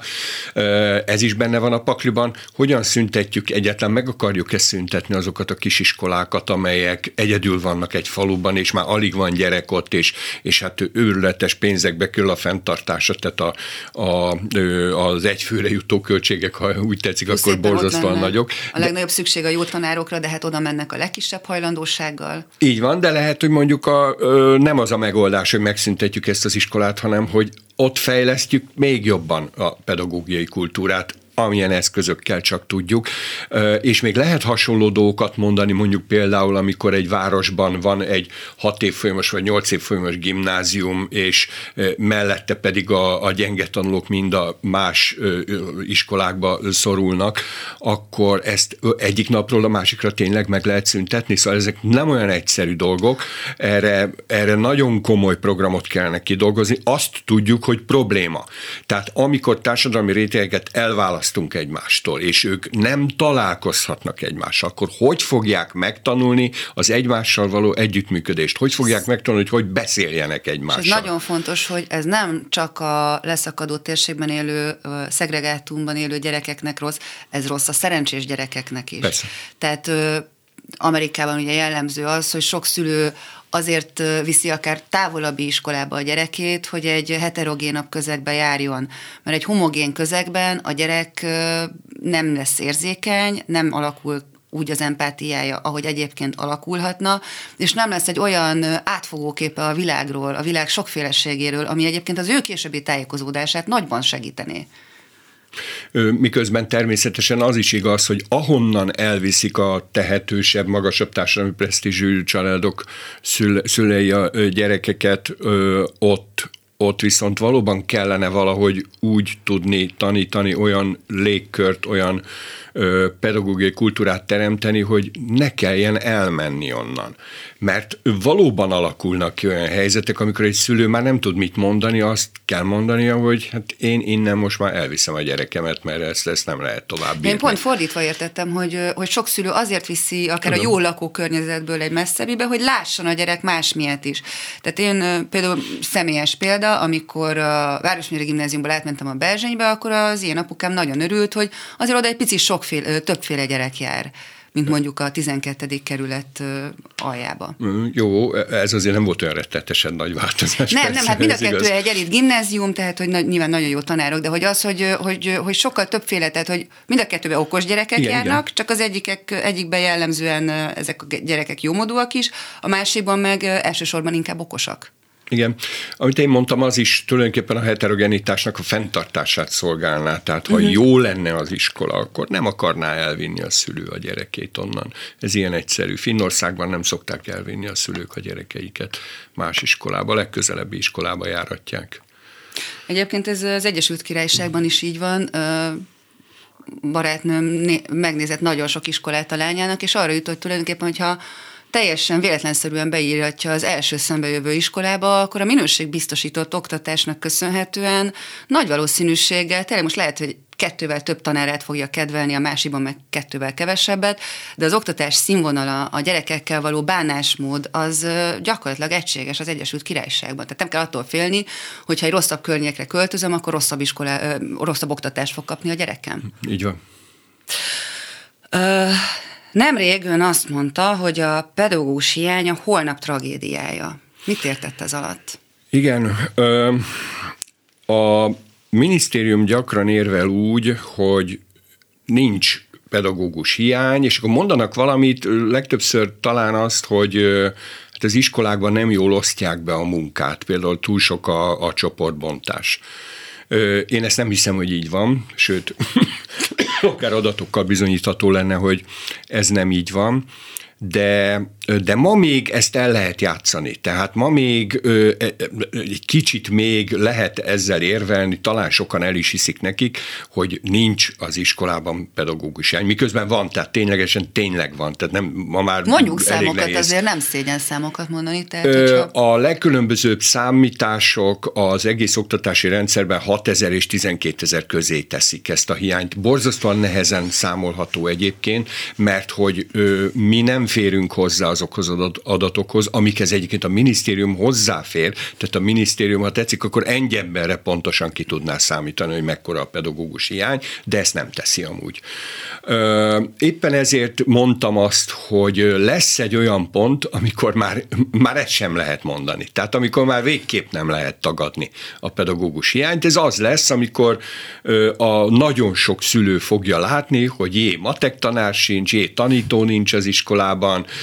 Ez is benne van a pakliban. Hogyan szüntetjük, egyáltalán meg akarjuk ezt szüntetni azokat a kisiskolákat, amelyek egyedül vannak egy faluban, és már alig van gyerek ott, és, és hát őrületes pénzekbe kerül a fenntartása, tehát a, a, a az egyfőre jutó költségek, ha úgy tetszik, Plusz akkor borzasztóan nagyok. A legnagyobb szükség a jó tanárokra, de hát oda mennek a legkisebb hajlandósággal. Így van, de lehet, hogy mondjuk a, nem az a megoldás, hogy megszüntetjük ezt az iskolát, hanem hogy ott fejlesztjük még jobban a pedagógiai kultúrát, amilyen eszközökkel csak tudjuk, és még lehet hasonló dolgokat mondani, mondjuk például, amikor egy városban van egy hat évfolyamos vagy nyolc évfolyamos gimnázium, és mellette pedig a, a gyenge tanulók mind a más iskolákba szorulnak, akkor ezt egyik napról a másikra tényleg meg lehet szüntetni, szóval ezek nem olyan egyszerű dolgok, erre, erre nagyon komoly programot kellene kidolgozni, azt tudjuk, hogy probléma. Tehát amikor társadalmi rétegeket elválasztunk egymástól, és ők nem találkozhatnak egymással, akkor hogy fogják megtanulni az egymással való együttműködést? Hogy fogják megtanulni, hogy hogy beszéljenek egymással? És ez nagyon fontos, hogy ez nem csak a leszakadó térségben élő, szegregátumban élő gyerekeknek rossz, ez rossz a szerencsés gyerekeknek is. Persze. Tehát Amerikában ugye jellemző az, hogy sok szülő azért viszi akár távolabbi iskolába a gyerekét, hogy egy heterogénabb közegbe járjon. Mert egy homogén közegben a gyerek nem lesz érzékeny, nem alakul úgy az empátiája, ahogy egyébként alakulhatna, és nem lesz egy olyan átfogó képe a világról, a világ sokféleségéről, ami egyébként az ő későbbi tájékozódását nagyban segítené. Miközben természetesen az is igaz, hogy ahonnan elviszik a tehetősebb, magasabb társadalmi presztízsű családok szül- szülei a gyerekeket, ott, ott viszont valóban kellene valahogy úgy tudni tanítani, olyan légkört, olyan pedagógiai kultúrát teremteni, hogy ne kelljen elmenni onnan. Mert valóban alakulnak ki olyan helyzetek, amikor egy szülő már nem tud mit mondani, azt kell mondania, hogy hát én innen most már elviszem a gyerekemet, mert ezt, ezt nem lehet tovább bírni. Én pont fordítva értettem, hogy, hogy sok szülő azért viszi akár Tudom. a jó lakókörnyezetből egy messzebbibe, hogy lásson a gyerek más miatt is. Tehát én például személyes példa, amikor a Városmegyeri Gimnáziumból átmentem a Berzsenybe, akkor az én apukám nagyon örült, hogy azért oda egy pici sokféle, többféle gyerek jár, mint mondjuk a tizenkettedik kerület aljába. Mm, jó, ez azért nem volt olyan rettetesen nagy változás. Nem, persze, nem, hát mind a kettő igaz. egy elit gimnázium, tehát hogy nagy, nyilván nagyon jó tanárok, de hogy az, hogy, hogy, hogy sokkal többféle, tehát hogy mind a kettőben okos gyerekek igen, járnak, igen. csak az egyikek, egyikben jellemzően ezek a gyerekek jómodúak is, a másikban meg elsősorban inkább okosak. Igen. Amit én mondtam, az is tulajdonképpen a heterogenitásnak a fenntartását szolgálná. Tehát, ha uh-huh. jó lenne az iskola, akkor nem akarná elvinni a szülő a gyerekét onnan. Ez ilyen egyszerű. Finnországban nem szokták elvinni a szülők a gyerekeiket más iskolába, legközelebbi iskolába járatják. Egyébként ez az Egyesült Királyságban is így van. Barátnőm megnézett nagyon sok iskolát a lányának, és arra jutott tulajdonképpen, hogyha teljesen véletlenszerűen beírhatja az első szembejövő iskolába, akkor a minőségbiztosított oktatásnak köszönhetően nagy valószínűséggel, tényleg most lehet, hogy kettővel több tanárát fogja kedvelni, a másikban meg kettővel kevesebbet, de az oktatás színvonala, a gyerekekkel való bánásmód az gyakorlatilag egységes az Egyesült Királyságban. Tehát nem kell attól félni, hogyha egy rosszabb környékre költözöm, akkor rosszabb, iskolá, rosszabb oktatást fog kapni a gyerekem. Így van. Uh, Nemrég ön azt mondta, hogy a pedagógus hiány a holnap tragédiája. Mit értett ez alatt? Igen, a minisztérium gyakran érvel úgy, hogy nincs pedagógus hiány, és akkor mondanak valamit, legtöbbször talán azt, hogy hát az iskolákban nem jól osztják be a munkát, például túl sok a, a csoportbontás. Én ezt nem hiszem, hogy így van, sőt, akár adatokkal bizonyítható lenne, hogy ez nem így van, de, de ma még ezt el lehet játszani. Tehát ma még egy kicsit még lehet ezzel érvelni, talán sokan el is hiszik nekik, hogy nincs az iskolában pedagógus hiány, miközben van, tehát ténylegesen tényleg van. Tehát nem, ma már mondjuk számokat, nehéz. Azért nem szégyen számokat mondani. Tehát, hogyha... A legkülönbözőbb számítások az egész oktatási rendszerben hatezer és tizenkétezer közé teszik ezt a hiányt. Borzasztóan nehezen számolható egyébként, mert hogy mi nem férünk hozzá azokhoz az adatokhoz, amikhez egyébként a minisztérium hozzáfér, tehát a minisztérium, ha tetszik, akkor egy emberre pontosan ki tudná számítani, hogy mekkora a pedagógus hiány, de ezt nem teszi amúgy. Éppen ezért mondtam azt, hogy lesz egy olyan pont, amikor már, már ezt sem lehet mondani. Tehát amikor már végképp nem lehet tagadni a pedagógus hiányt. Ez az lesz, amikor a nagyon sok szülő fogja látni, hogy jé, matek tanár sincs, jé, tanító nincs az iskolában,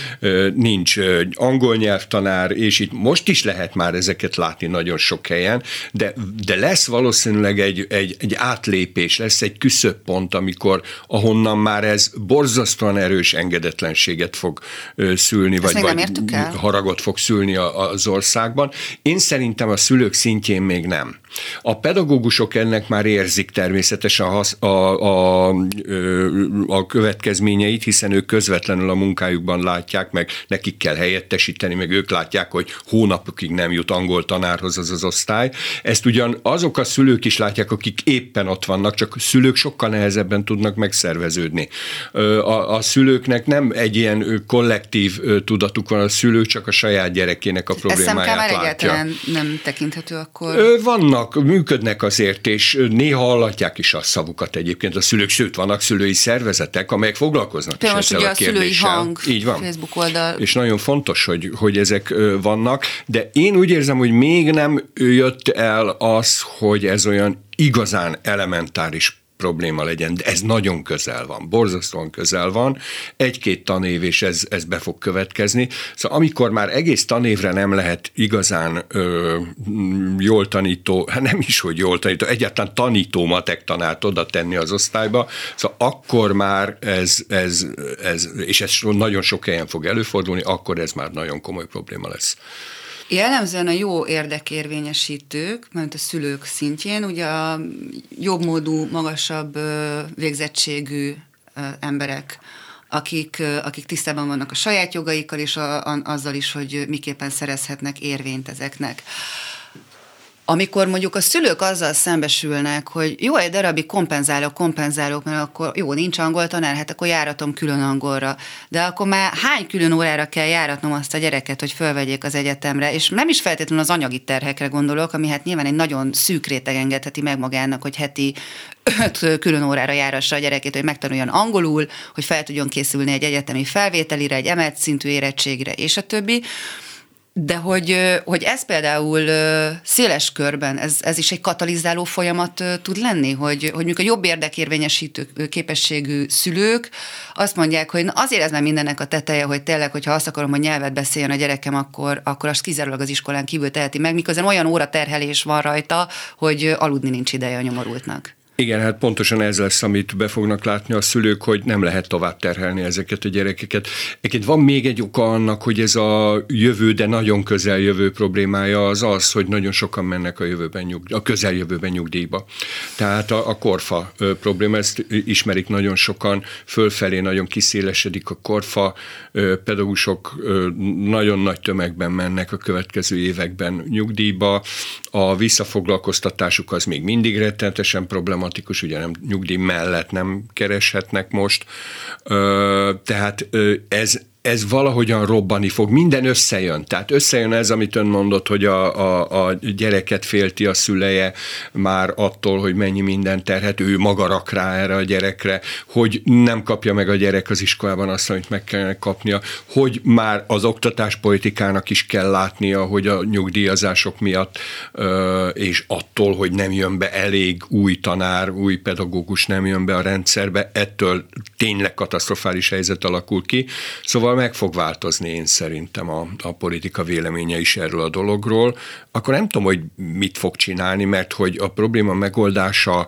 nincs angol nyelvtanár, és itt most is lehet már ezeket látni nagyon sok helyen, de, de lesz valószínűleg egy, egy, egy átlépés, lesz egy küszöbbpont, amikor ahonnan már ez borzasztóan erős engedetlenséget fog szülni, ezt vagy, vagy haragot fog szülni az országban. Én szerintem a szülők szintjén még nem. A pedagógusok ennek már érzik természetesen a, a, a, a következményeit, hiszen ők közvetlenül a munkájukban látják, meg nekik kell helyettesíteni, meg ők látják, hogy hónapokig nem jut angol tanárhoz az az osztály. Ezt ugyan azok a szülők is látják, akik éppen ott vannak, csak a szülők sokkal nehezebben tudnak megszerveződni. A, a szülőknek nem egy ilyen kollektív tudatuk van, a szülők csak a saját gyerekének a problémáját látja. Es em ká már egyáltalán nem tekinthető akkor? Vannak, működnek azért, és néha hallatják is a szavukat egyébként a szülők, sőt, vannak szülői szervezetek, amelyek foglalkoznak például is ezzel a kérdéssel. Szülői Hang, így van. Facebook oldal. És nagyon fontos, hogy, hogy ezek vannak, de én úgy érzem, hogy még nem jött el az, hogy ez olyan igazán elementáris probléma legyen, de ez nagyon közel van, borzasztóan közel van, egy-két tanév, és ez, ez be fog következni. Szóval amikor már egész tanévre nem lehet igazán ö, jól tanító, hát nem is, hogy jól tanító, egyáltalán tanító matek tanárt oda tenni az osztályba, szóval akkor már ez, ez, ez, és ez nagyon sok helyen fog előfordulni, akkor ez már nagyon komoly probléma lesz. Jellemzően a jó érdekérvényesítők, mert a szülők szintjén, ugye a jobbmódú, magasabb végzettségű emberek, akik, akik tisztában vannak a saját jogaikkal, és a, a, azzal is, hogy miképpen szerezhetnek érvényt ezeknek. Amikor mondjuk a szülők azzal szembesülnek, hogy jó, egy darabig kompenzálok, kompenzálok, mert akkor jó, nincs angol tanár, hát akkor járatom külön angolra. De akkor már hány külön órára kell járatnom azt a gyereket, hogy fölvegyék az egyetemre, és nem is feltétlenül az anyagi terhekre gondolok, ami hát nyilván egy nagyon szűk réteg engedheti meg magának, hogy heti öt külön órára járassa a gyerekét, hogy megtanuljon angolul, hogy fel tudjon készülni egy egyetemi felvételire, egy emelt szintű érettségre, és a többi. De hogy, hogy ez például széles körben, ez, ez is egy katalizáló folyamat tud lenni, hogy, hogy mondjuk a jobb érdekérvényesítő képességű szülők azt mondják, hogy na azért ez már mindennek a teteje, hogy tényleg, hogyha azt akarom, hogy nyelvet beszéljen a gyerekem, akkor, akkor azt kizárólag az iskolán kívül teheti meg, miközben olyan óraterhelés van rajta, hogy aludni nincs ideje a nyomorultnak. Igen, hát pontosan ez lesz, amit be fognak látni a szülők, hogy nem lehet tovább terhelni ezeket a gyerekeket. Egyébként van még egy oka annak, hogy ez a jövő, de nagyon közeljövő problémája az az, hogy nagyon sokan mennek a jövőben nyugdíj, a közeljövőben nyugdíjba. Tehát a, a korfa ö, probléma, ezt ismerik nagyon sokan, fölfelé nagyon kiszélesedik a korfa, ö, pedagógusok ö, nagyon nagy tömegben mennek a következő években nyugdíjba, a visszafoglalkoztatásuk az még mindig rettenetesen problematikus, ugye nem nyugdíj mellett nem kereshetnek most, tehát ez ez valahogyan robbani fog, minden összejön. Tehát összejön ez, amit ön mondott, hogy a, a, a gyereket félti a szüleje már attól, hogy mennyi minden terhet, ő maga rak rá erre a gyerekre, hogy nem kapja meg a gyerek az iskolában azt, amit meg kellene kapnia, hogy már az oktatáspolitikának is kell látnia, hogy a nyugdíjazások miatt és attól, hogy nem jön be elég új tanár, új pedagógus nem jön be a rendszerbe, ettől tényleg katasztrofális helyzet alakul ki. Szóval meg fog változni én szerintem a, a politika véleménye is erről a dologról. Akkor nem tudom, hogy mit fog csinálni, mert hogy a probléma megoldása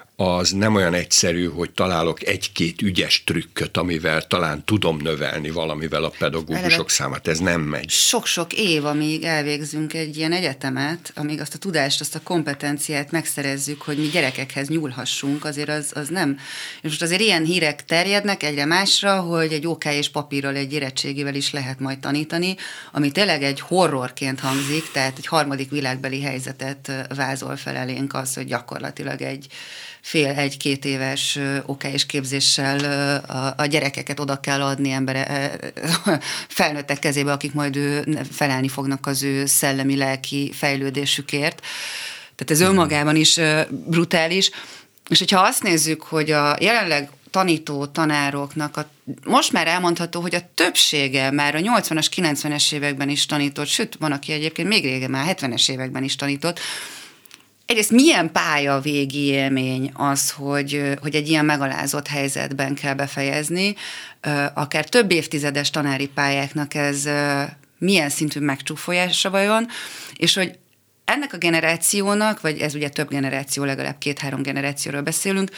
az nem olyan egyszerű, hogy találok egy-két ügyes trükköt, amivel talán tudom növelni valamivel a pedagógusok számát. Ez nem megy. Sok-sok év, amíg elvégzünk egy ilyen egyetemet, amíg azt a tudást, azt a kompetenciát megszerezzük, hogy mi gyerekekhez nyúlhassunk, azért az, az nem. És most azért ilyen hírek terjednek egyre másra, hogy egy OK és papírral, egy érettségivel is lehet majd tanítani, ami tényleg egy horrorként hangzik, tehát egy harmadik világbeli helyzetet vázol fel elénk az, hogy gyakorlatilag egy fél, egy-két éves okás képzéssel a, a gyerekeket oda kell adni embere, felnőttek kezébe, akik majd felelni fognak az ő szellemi, lelki fejlődésükért. Tehát ez önmagában is brutális. És hogyha azt nézzük, hogy a jelenleg tanító tanároknak a, most már elmondható, hogy a többsége már a nyolcvanas, kilencvenes években is tanított, sőt, van, aki egyébként még régen már hetvenes években is tanított. Egyrészt milyen pálya végi élmény az, hogy, hogy egy ilyen megalázott helyzetben kell befejezni, akár több évtizedes tanári pályáknak ez milyen szintű megcsúfolása vajon, és hogy ennek a generációnak, vagy ez ugye több generáció, legalább két-három generációról beszélünk,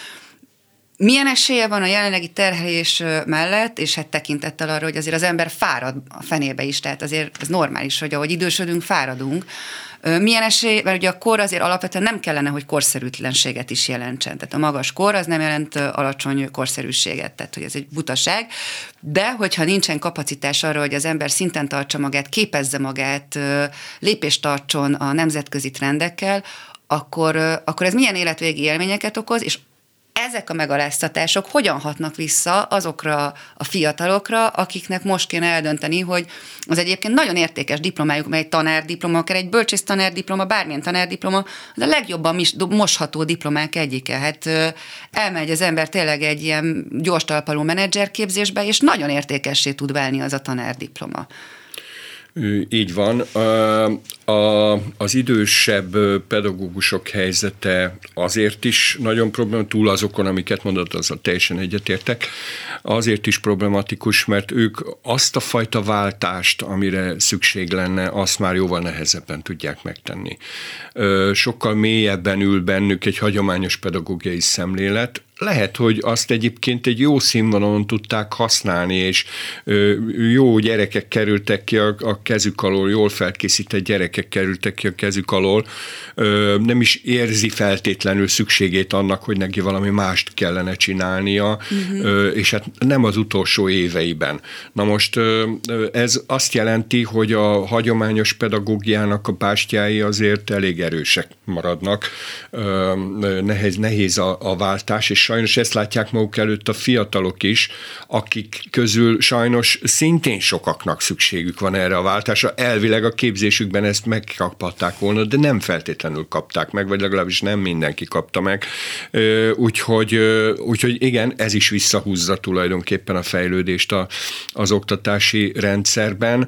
milyen esélye van a jelenlegi terhelés mellett, és hát tekintettel arra, hogy azért az ember fárad a fenébe is, tehát azért ez normális, hogy ahogy idősödünk, fáradunk. Milyen esély, mert ugye a kor azért alapvetően nem kellene, hogy korszerűtlenséget is jelentsen. Tehát a magas kor az nem jelent alacsony korszerűséget, tehát hogy ez egy butaság, de hogyha nincsen kapacitás arra, hogy az ember szinten tartsa magát, képezze magát, lépést tartson a nemzetközi trendekkel, akkor, akkor ez milyen életvégi élményeket okoz, és ezek a megaláztatások hogyan hatnak vissza azokra a fiatalokra, akiknek most kéne eldönteni, hogy az egyébként nagyon értékes diplomájuk, mely tanárdiploma, akár egy bölcsész tanárdiploma, bármilyen tanárdiploma, az a legjobban mosható diplomák egyike. Hát elmegy az ember tényleg egy ilyen gyors talpaló menedzserképzésbe, és nagyon értékessé tud válni az a tanárdiploma. Így van. A, az idősebb pedagógusok helyzete azért is nagyon problématikus, túl azokon, amiket mondott, azzal teljesen egyetértek, azért is problematikus, mert ők azt a fajta váltást, amire szükség lenne, azt már jóval nehezebben tudják megtenni. Sokkal mélyebben ül bennük egy hagyományos pedagógiai szemlélet, lehet, hogy azt egyébként egy jó színvonalon tudták használni, és jó gyerekek kerültek ki a, a kezük alól, jól felkészített gyerekek kerültek ki a kezük alól, nem is érzi feltétlenül szükségét annak, hogy neki valami mást kellene csinálnia, uh-huh. és hát nem az utolsó éveiben. Na most ez azt jelenti, hogy a hagyományos pedagógiának a bástyái azért elég erősek maradnak, nehéz, nehéz a, a váltás, és sajnos ezt látják maguk előtt a fiatalok is, akik közül sajnos szintén sokaknak szükségük van erre a váltásra. Elvileg a képzésükben ezt megkaphatták volna, de nem feltétlenül kapták meg, vagy legalábbis nem mindenki kapta meg. Úgyhogy, úgyhogy igen, ez is visszahúzza tulajdonképpen a fejlődést a, az oktatási rendszerben,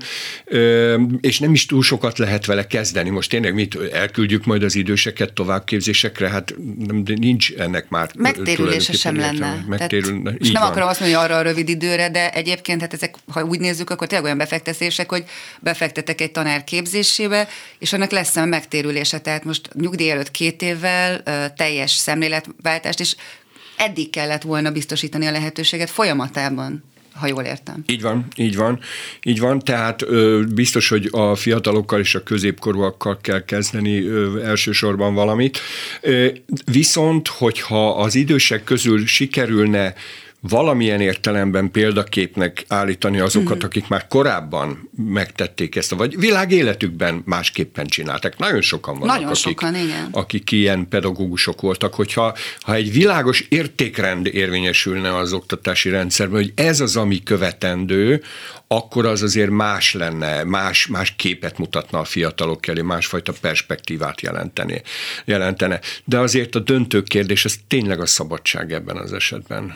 és nem is túl sokat lehet vele kezdeni. Most tényleg mit elküldjük majd az időseket továbbképzésekre? Hát nincs ennek már megtérülése sem lenne. Megtérül, Tehát, és nem akarom azt mondani, hogy arra a rövid időre, de egyébként hát ezek, ha úgy nézzük, akkor tényleg olyan befektetések, hogy befektetek egy tanár képzésébe, és annak lesz a megtérülése. Tehát most nyugdíj előtt két évvel teljes szemléletváltást, és eddig kellett volna biztosítani a lehetőséget folyamatában, ha jól értem. Így van, így van, így van, tehát ö, biztos, hogy a fiatalokkal és a középkorúakkal kell kezdeni ö, elsősorban valamit. Ö, viszont, hogyha az idősek közül sikerülne valamilyen értelemben példaképnek állítani azokat, mm. akik már korábban megtették ezt, vagy világéletükben másképpen csináltak. Nagyon sokan vannak, Nagyon akik, sokan, igen. akik ilyen pedagógusok voltak, hogyha ha egy világos értékrend érvényesülne az oktatási rendszerben, hogy ez az, ami követendő, akkor az azért más lenne, más, más képet mutatna a fiatalok elé, másfajta perspektívát jelenteni, jelentene. De azért a döntő kérdés, ez tényleg a szabadság ebben az esetben,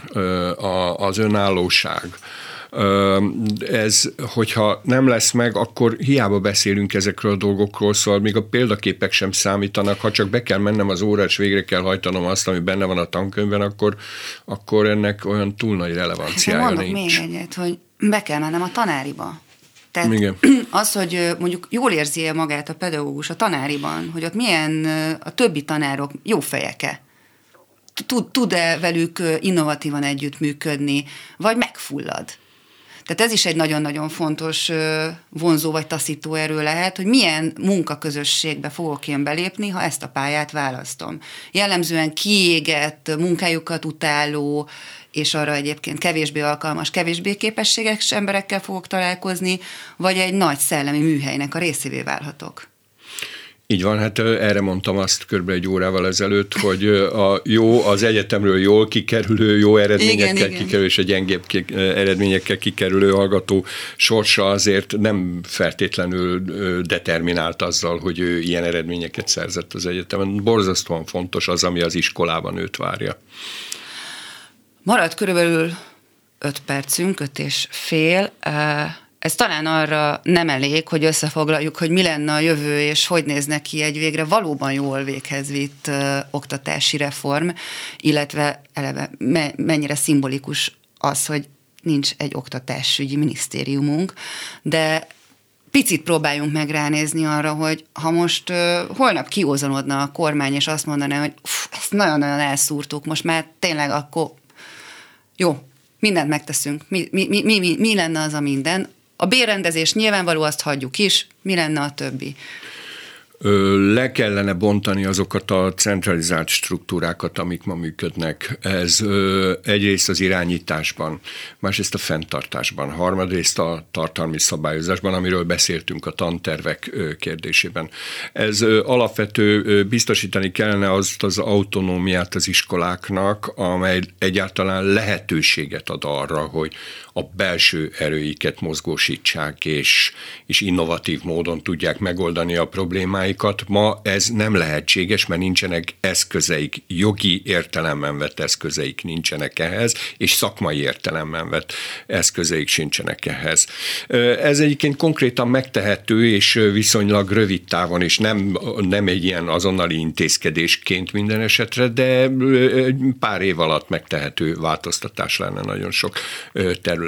az önállóság. Ez, hogyha nem lesz meg, akkor hiába beszélünk ezekről a dolgokról, szóval még a példaképek sem számítanak, ha csak be kell mennem az óra, és végre kell hajtanom azt, ami benne van a tankönyvben, akkor, akkor ennek olyan túl nagy relevanciája hát, nincs. Mondok még egyet, hogy be kell mennem a tanáriba. Tehát igen. Az, hogy mondjuk jól érzi magát a pedagógus a tanáriban, hogy ott milyen a többi tanárok jó fejeke, tud, tud-e velük innovatívan együttműködni, vagy megfullad. Tehát ez is egy nagyon-nagyon fontos vonzó vagy taszító erő lehet, hogy milyen munkaközösségbe fogok én belépni, ha ezt a pályát választom. Jellemzően kiégett, munkájukat utáló, és arra egyébként kevésbé alkalmas, kevésbé képességes emberekkel fogok találkozni, vagy egy nagy szellemi műhelynek a részévé válhatok. Így van, hát erre mondtam azt kb. Egy órával ezelőtt, hogy a jó, az egyetemről jól kikerülő, jó eredményekkel igen, kikerülő, igen. és a gyengébb eredményekkel kikerülő hallgató sorsa azért nem feltétlenül determinált azzal, hogy ő ilyen eredményeket szerzett az egyetemen. Borzasztóan fontos az, ami az iskolában őt várja. Marad körülbelül öt percünk, öt és fél. Ez talán arra nem elég, hogy összefoglaljuk, hogy mi lenne a jövő, és hogy nézne ki egy végre valóban jól véghez vitt uh, oktatási reform, illetve eleve me- mennyire szimbolikus az, hogy nincs egy oktatásügyi minisztériumunk, de picit próbáljunk meg ránézni arra, hogy ha most uh, holnap kiózanodna a kormány, és azt mondaná, hogy uff, ezt nagyon-nagyon elszúrtuk, most már tényleg akkor jó, mindent megteszünk. Mi, mi, mi, mi, mi lenne az a minden? A bérrendezés nyilvánvaló, azt hagyjuk is, mi lenne a többi? Le kellene bontani azokat a centralizált struktúrákat, amik ma működnek. Ez egyrészt az irányításban, másrészt a fenntartásban, harmadrészt a tartalmi szabályozásban, amiről beszéltünk a tantervek kérdésében. Ez alapvető, biztosítani kellene azt az autonómiát az iskoláknak, amely egyáltalán lehetőséget ad arra, hogy a belső erőiket mozgósítsák, és, és innovatív módon tudják megoldani a problémáikat. Ma ez nem lehetséges, mert nincsenek eszközeik, jogi értelemben vett eszközeik nincsenek ehhez, és szakmai értelemben vett eszközeik sincsenek ehhez. Ez egyébként konkrétan megtehető, és viszonylag rövid távon, és nem, nem egy ilyen azonnali intézkedésként minden esetre, de pár év alatt megtehető változtatás lenne nagyon sok területen.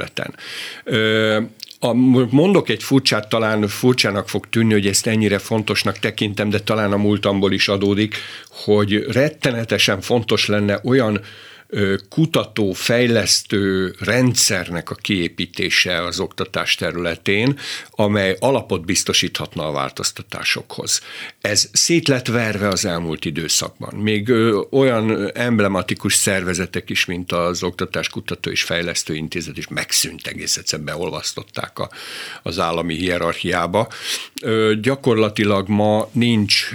Mondok egy furcsát, talán furcsának fog tűnni, hogy ezt ennyire fontosnak tekintem, de talán a múltamból is adódik, hogy rettenetesen fontos lenne olyan kutató, fejlesztő rendszernek a kiépítése az oktatás területén, amely alapot biztosíthatna a változtatásokhoz. Ez szét lett verve az elmúlt időszakban. Még olyan emblematikus szervezetek is, mint az Oktatás Kutató és Fejlesztő Intézet is megszűnt, egész egyszerűen beolvasztották a, az állami hierarchiába. Gyakorlatilag ma nincs,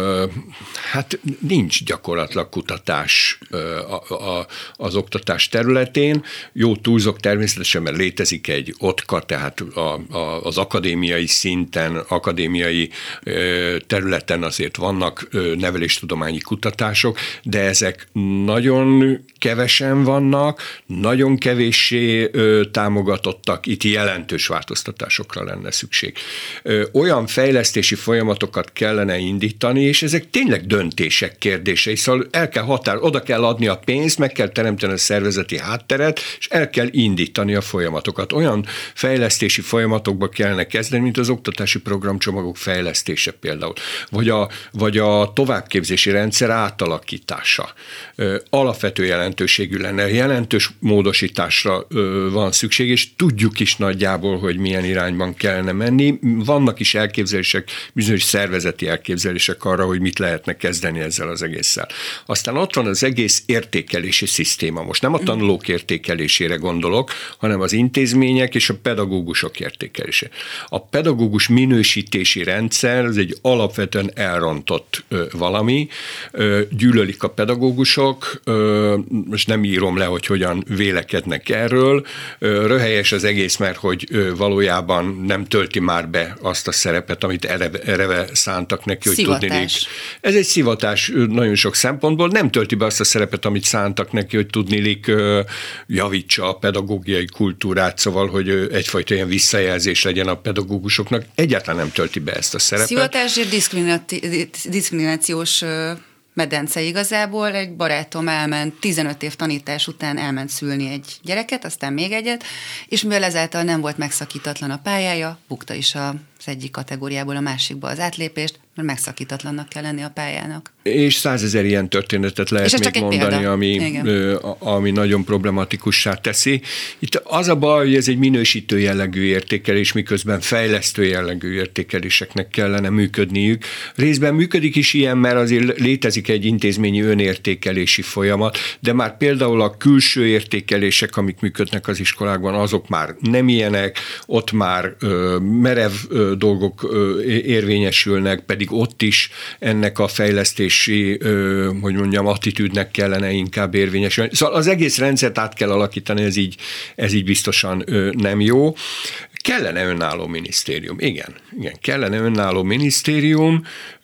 hát nincs gyakorlatilag kutatás a, a, az oktatás területén. Jó, túlzok természetesen, mert létezik egy otka, tehát a, a, az akadémiai szinten, akadémiai területen azért vannak neveléstudományi kutatások, de ezek nagyon kevesen vannak, nagyon kevéssé támogatottak, itt jelentős változtatásokra lenne szükség. Olyan fejlesztési folyamatokat kellene indítani, és ezek tényleg döntések kérdései, szóval el kell határ, oda kell adni a pénzt, meg kell teremteni a szervezeti hátteret, és el kell indítani a folyamatokat. Olyan fejlesztési folyamatokba kellene kezdeni, mint az oktatási programcsomagok fejlesztése például, vagy a, vagy a továbbképzési rendszer átalakítása. Alapvető jelentőségű lenne, jelentős módosításra van szükség, és tudjuk is nagyjából, hogy milyen irányban kellene menni. Vannak is elképzelések, bizonyos szervezeti elképzelések arra, hogy mit lehetne kezdeni ezzel az egésszel. Aztán ott van az egész értékelési szisztéma. Most nem a tanulók értékelésére gondolok, hanem az intézmények és a pedagógusok értékelése. A pedagógus minősítési rendszer, ez egy alapvetően elrontott valami. Gyűlölik a pedagógusok, most nem írom le, hogy hogyan vélekednek erről. Röhelyes az egész, mert hogy valójában nem tölti már be azt a szerepet, amit ereve, ereve szántak neki, hogy tudni. Ez egy szivatás nagyon sok szempontból, nem tölti be azt a szerepet, amit szántak neki, hogy tudnilik javítsa a pedagógiai kultúrát, szóval, hogy egyfajta ilyen visszajelzés legyen a pedagógusoknak. Egyáltalán nem tölti be ezt a szerepet. Szivatás és diszkriminációs medence igazából. Egy barátom elment, tizenöt év tanítás után elment szülni egy gyereket, aztán még egyet, és mivel ezáltal nem volt megszakítatlan a pályája, bukta is az egyik kategóriából a másikba az átlépést, mert megszakítatlannak kell lenni a pályának. És százezer ilyen történetet lehet még mondani, ami, ami nagyon problematikussá teszi. Itt az a baj, hogy ez egy minősítő jellegű értékelés, miközben fejlesztő jellegű értékeléseknek kellene működniük. Részben működik is ilyen, mert azért létezik egy intézményi önértékelési folyamat, de már például a külső értékelések, amik működnek az iskolákban, azok már nem ilyenek, ott már ö, merev ö, dolgok ö, érvényesülnek, pedig ott is ennek a fejlesztési, ö, hogy mondjam, attitűdnek kellene inkább érvényesülni. Szóval az egész rendszert át kell alakítani, ez így, ez így biztosan ö, nem jó. Kellene önálló minisztérium. Igen, igen, kellene önálló minisztérium.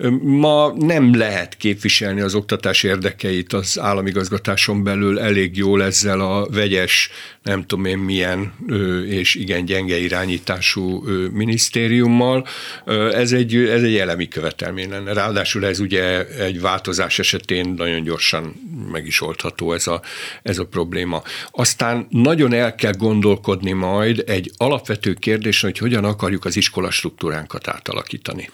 Ma nem lehet képviselni az oktatás érdekeit az államigazgatáson belül elég jól ezzel a vegyes, nem tudom én milyen és igen gyenge irányítású minisztériummal. Ez egy, ez egy elemi követelmény lenne. Ráadásul ez ugye egy változás esetén nagyon gyorsan meg is oldható ez a, ez a probléma. Aztán nagyon el kell gondolkodni majd egy alapvető kérdés, hogy hogyan akarjuk az iskola struktúránkat átalakítani.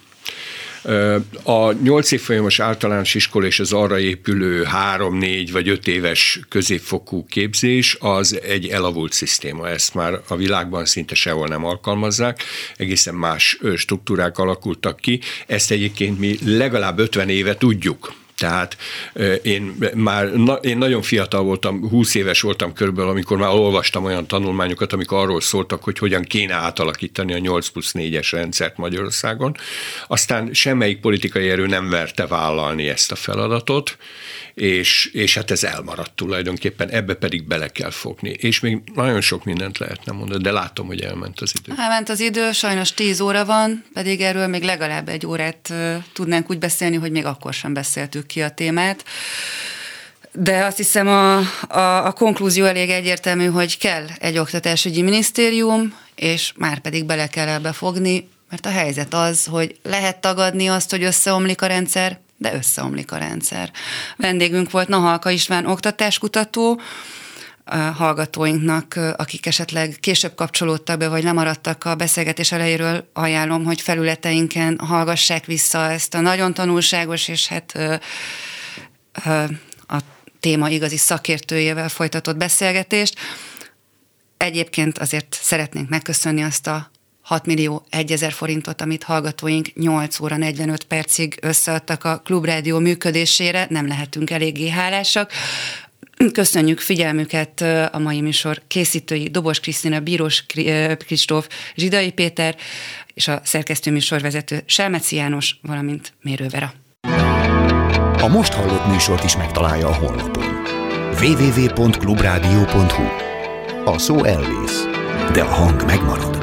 A nyolc évfolyamos általános iskola és az arra épülő három, négy vagy öt éves középfokú képzés az egy elavult szisztéma. Ezt már a világban szinte sehol nem alkalmazzák, egészen más struktúrák alakultak ki. Ezt egyébként mi legalább ötven éve tudjuk. Tehát én már, én nagyon fiatal voltam, húsz éves voltam körülbelül, amikor már olvastam olyan tanulmányokat, amik arról szóltak, hogy hogyan kéne átalakítani a nyolc plusz négyes rendszert Magyarországon. Aztán semmelyik politikai erő nem verte vállalni ezt a feladatot, és, és hát ez elmaradt tulajdonképpen, ebbe pedig bele kell fogni. És még nagyon sok mindent lehetne mondani, de látom, hogy elment az idő. Elment az idő, sajnos tíz óra van, pedig erről még legalább egy órát uh, tudnánk úgy beszélni, hogy még akkor sem beszéltük ki a témát. De azt hiszem a, a, a konklúzió elég egyértelmű, hogy kell egy oktatásügyi minisztérium, és már pedig bele kell ebbe fogni, mert a helyzet az, hogy lehet tagadni azt, hogy összeomlik a rendszer, de összeomlik a rendszer. Vendégünk volt Nahalka István oktatáskutató, a hallgatóinknak, akik esetleg később kapcsolódtak be, vagy lemaradtak a beszélgetés elejéről, ajánlom, hogy felületeinken hallgassák vissza ezt a nagyon tanulságos, és hát a téma igazi szakértőjével folytatott beszélgetést. Egyébként azért szeretnénk megköszönni azt a hat millió egyezer forintot, amit hallgatóink nyolc óra negyvenöt percig összeadtak a Klubrádió működésére, nem lehetünk eléggé hálásak. Köszönjük figyelmüket a mai műsor készítői Dobos Krisztina, Bírós Kristóf, Zsidai Péter és a szerkesztő műsorvezető Selmeci János, valamint Mérő Vera. A most hallott műsort is megtalálja a honlapon. double-u double-u double-u pont klubrádió pont hu. A szó elvész, de a hang megmarad.